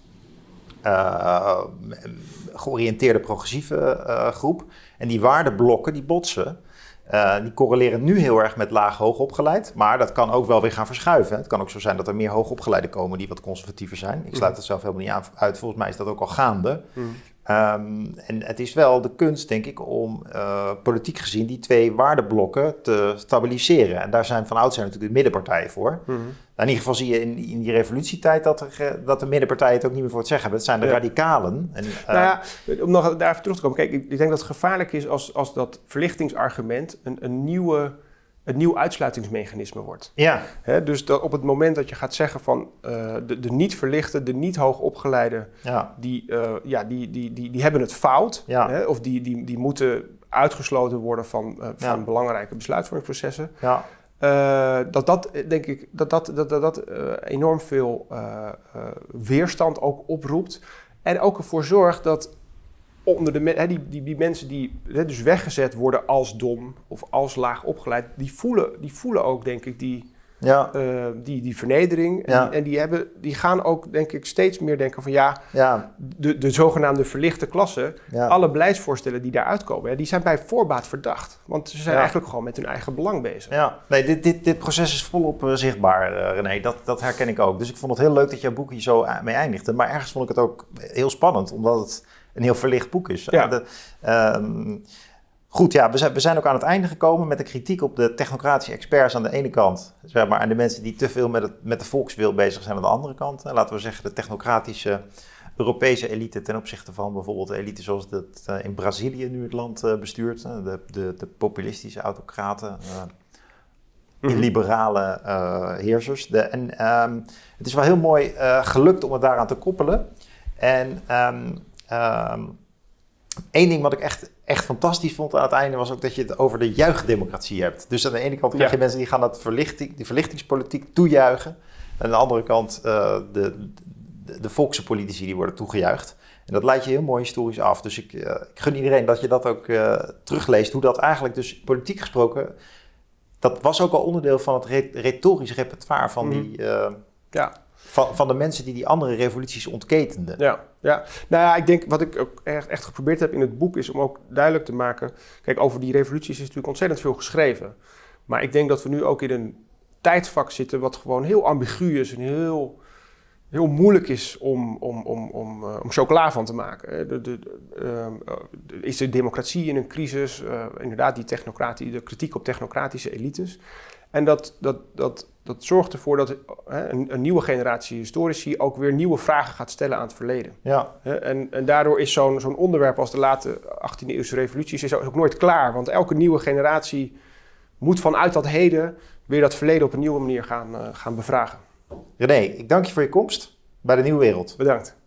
uh, georiënteerde progressieve uh, groep. En die waardeblokken die botsen. Uh, die correleren nu heel erg met laag hoogopgeleid, maar dat kan ook wel weer gaan verschuiven. Het kan ook zo zijn dat er meer hoogopgeleiden komen die wat conservatiever zijn. Ik sluit het zelf helemaal niet aan, uit, volgens mij is dat ook al gaande. Mm. Um, en het is wel de kunst, denk ik, om uh, politiek gezien die twee waardeblokken te stabiliseren. En daar zijn van oudsher natuurlijk de middenpartijen voor. Mm-hmm. Nou, in ieder geval zie je in, in die revolutietijd dat, er, dat de middenpartijen het ook niet meer voor het zeggen hebben. Het zijn de ja. radicalen. En, uh, nou ja, om nog daar even terug te komen. Kijk, ik, ik denk dat het gevaarlijk is als, als dat verlichtingsargument een, een nieuwe... een nieuw uitsluitingsmechanisme wordt. Ja. He, dus dat op het moment dat je gaat zeggen van uh, de, de niet verlichte, de niet hoogopgeleide, ja. die, uh, ja, die, die, die, die hebben het fout. Ja. Hè, of die, die, die moeten uitgesloten worden van, uh, van ja. belangrijke besluitvormingsprocessen. Ja. Uh, dat dat, denk ik, dat dat, dat, dat, dat uh, enorm veel uh, uh, weerstand ook oproept. En ook ervoor zorgt dat onder de, he, die, die, die mensen die he, dus weggezet worden als dom of als laag opgeleid, die voelen, die voelen ook, denk ik, die, ja. uh, die, die vernedering. En, ja. die, en die, hebben, die gaan ook, denk ik, steeds meer denken van ja, ja. De, de zogenaamde verlichte klasse, ja. alle beleidsvoorstellen die daaruit komen, hè, die zijn bij voorbaat verdacht. Want ze zijn ja. eigenlijk gewoon met hun eigen belang bezig. Ja, nee, dit, dit, dit proces is volop uh, zichtbaar, uh, René. Dat, dat herken ik ook. Dus ik vond het heel leuk dat jouw boek hier zo mee eindigde. Maar ergens vond ik het ook heel spannend, omdat het een heel verlicht boek is. Ja. De, um, goed, ja, we zijn, we zijn ook aan het einde gekomen met een kritiek op de technocratische experts aan de ene kant. Zeg maar, en de mensen die te veel met, het, met de volkswil bezig zijn aan de andere kant. En laten we zeggen de technocratische Europese elite ten opzichte van bijvoorbeeld de elite zoals dat uh, in Brazilië nu het land uh, bestuurt. Uh, de, de, de populistische autocraten, uh, mm-hmm. liberale uh, heersers. De, en um, het is wel heel mooi uh, gelukt om het daaraan te koppelen. En Um, Um, Eén ding wat ik echt, echt fantastisch vond aan het einde was ook dat je het over de juichdemocratie hebt. Dus aan de ene kant krijg je ja. mensen die gaan dat verlichting, die verlichtingspolitiek toejuichen. En aan de andere kant uh, de, de, de volkse politici die worden toegejuicht. En dat leidt je heel mooi historisch af. Dus ik, uh, ik gun iedereen dat je dat ook uh, terugleest. Hoe dat eigenlijk dus politiek gesproken, dat was ook al onderdeel van het retorisch repertoire van mm-hmm. die... Uh, ja. Van, van de mensen die die andere revoluties ontketenden. Ja, ja, nou ja, ik denk wat ik ook echt, echt geprobeerd heb in het boek is om ook duidelijk te maken. Kijk, over die revoluties is natuurlijk ontzettend veel geschreven. Maar ik denk dat we nu ook in een tijdvak zitten wat gewoon heel ambigu is en heel, heel moeilijk is om, om, om, om, uh, om chocola van te maken. De, de, de, uh, is de democratie in een crisis? Uh, inderdaad, die technocratie, de kritiek op technocratische elites. En dat, dat, dat, dat zorgt ervoor dat hè, een, een nieuwe generatie historici ook weer nieuwe vragen gaat stellen aan het verleden. Ja. En, en daardoor is zo'n, zo'n onderwerp als de late achttiende eeuwse revoluties is ook nooit klaar. Want elke nieuwe generatie moet vanuit dat heden weer dat verleden op een nieuwe manier gaan, uh, gaan bevragen. René, ik dank je voor je komst bij de Nieuwe Wereld. Bedankt.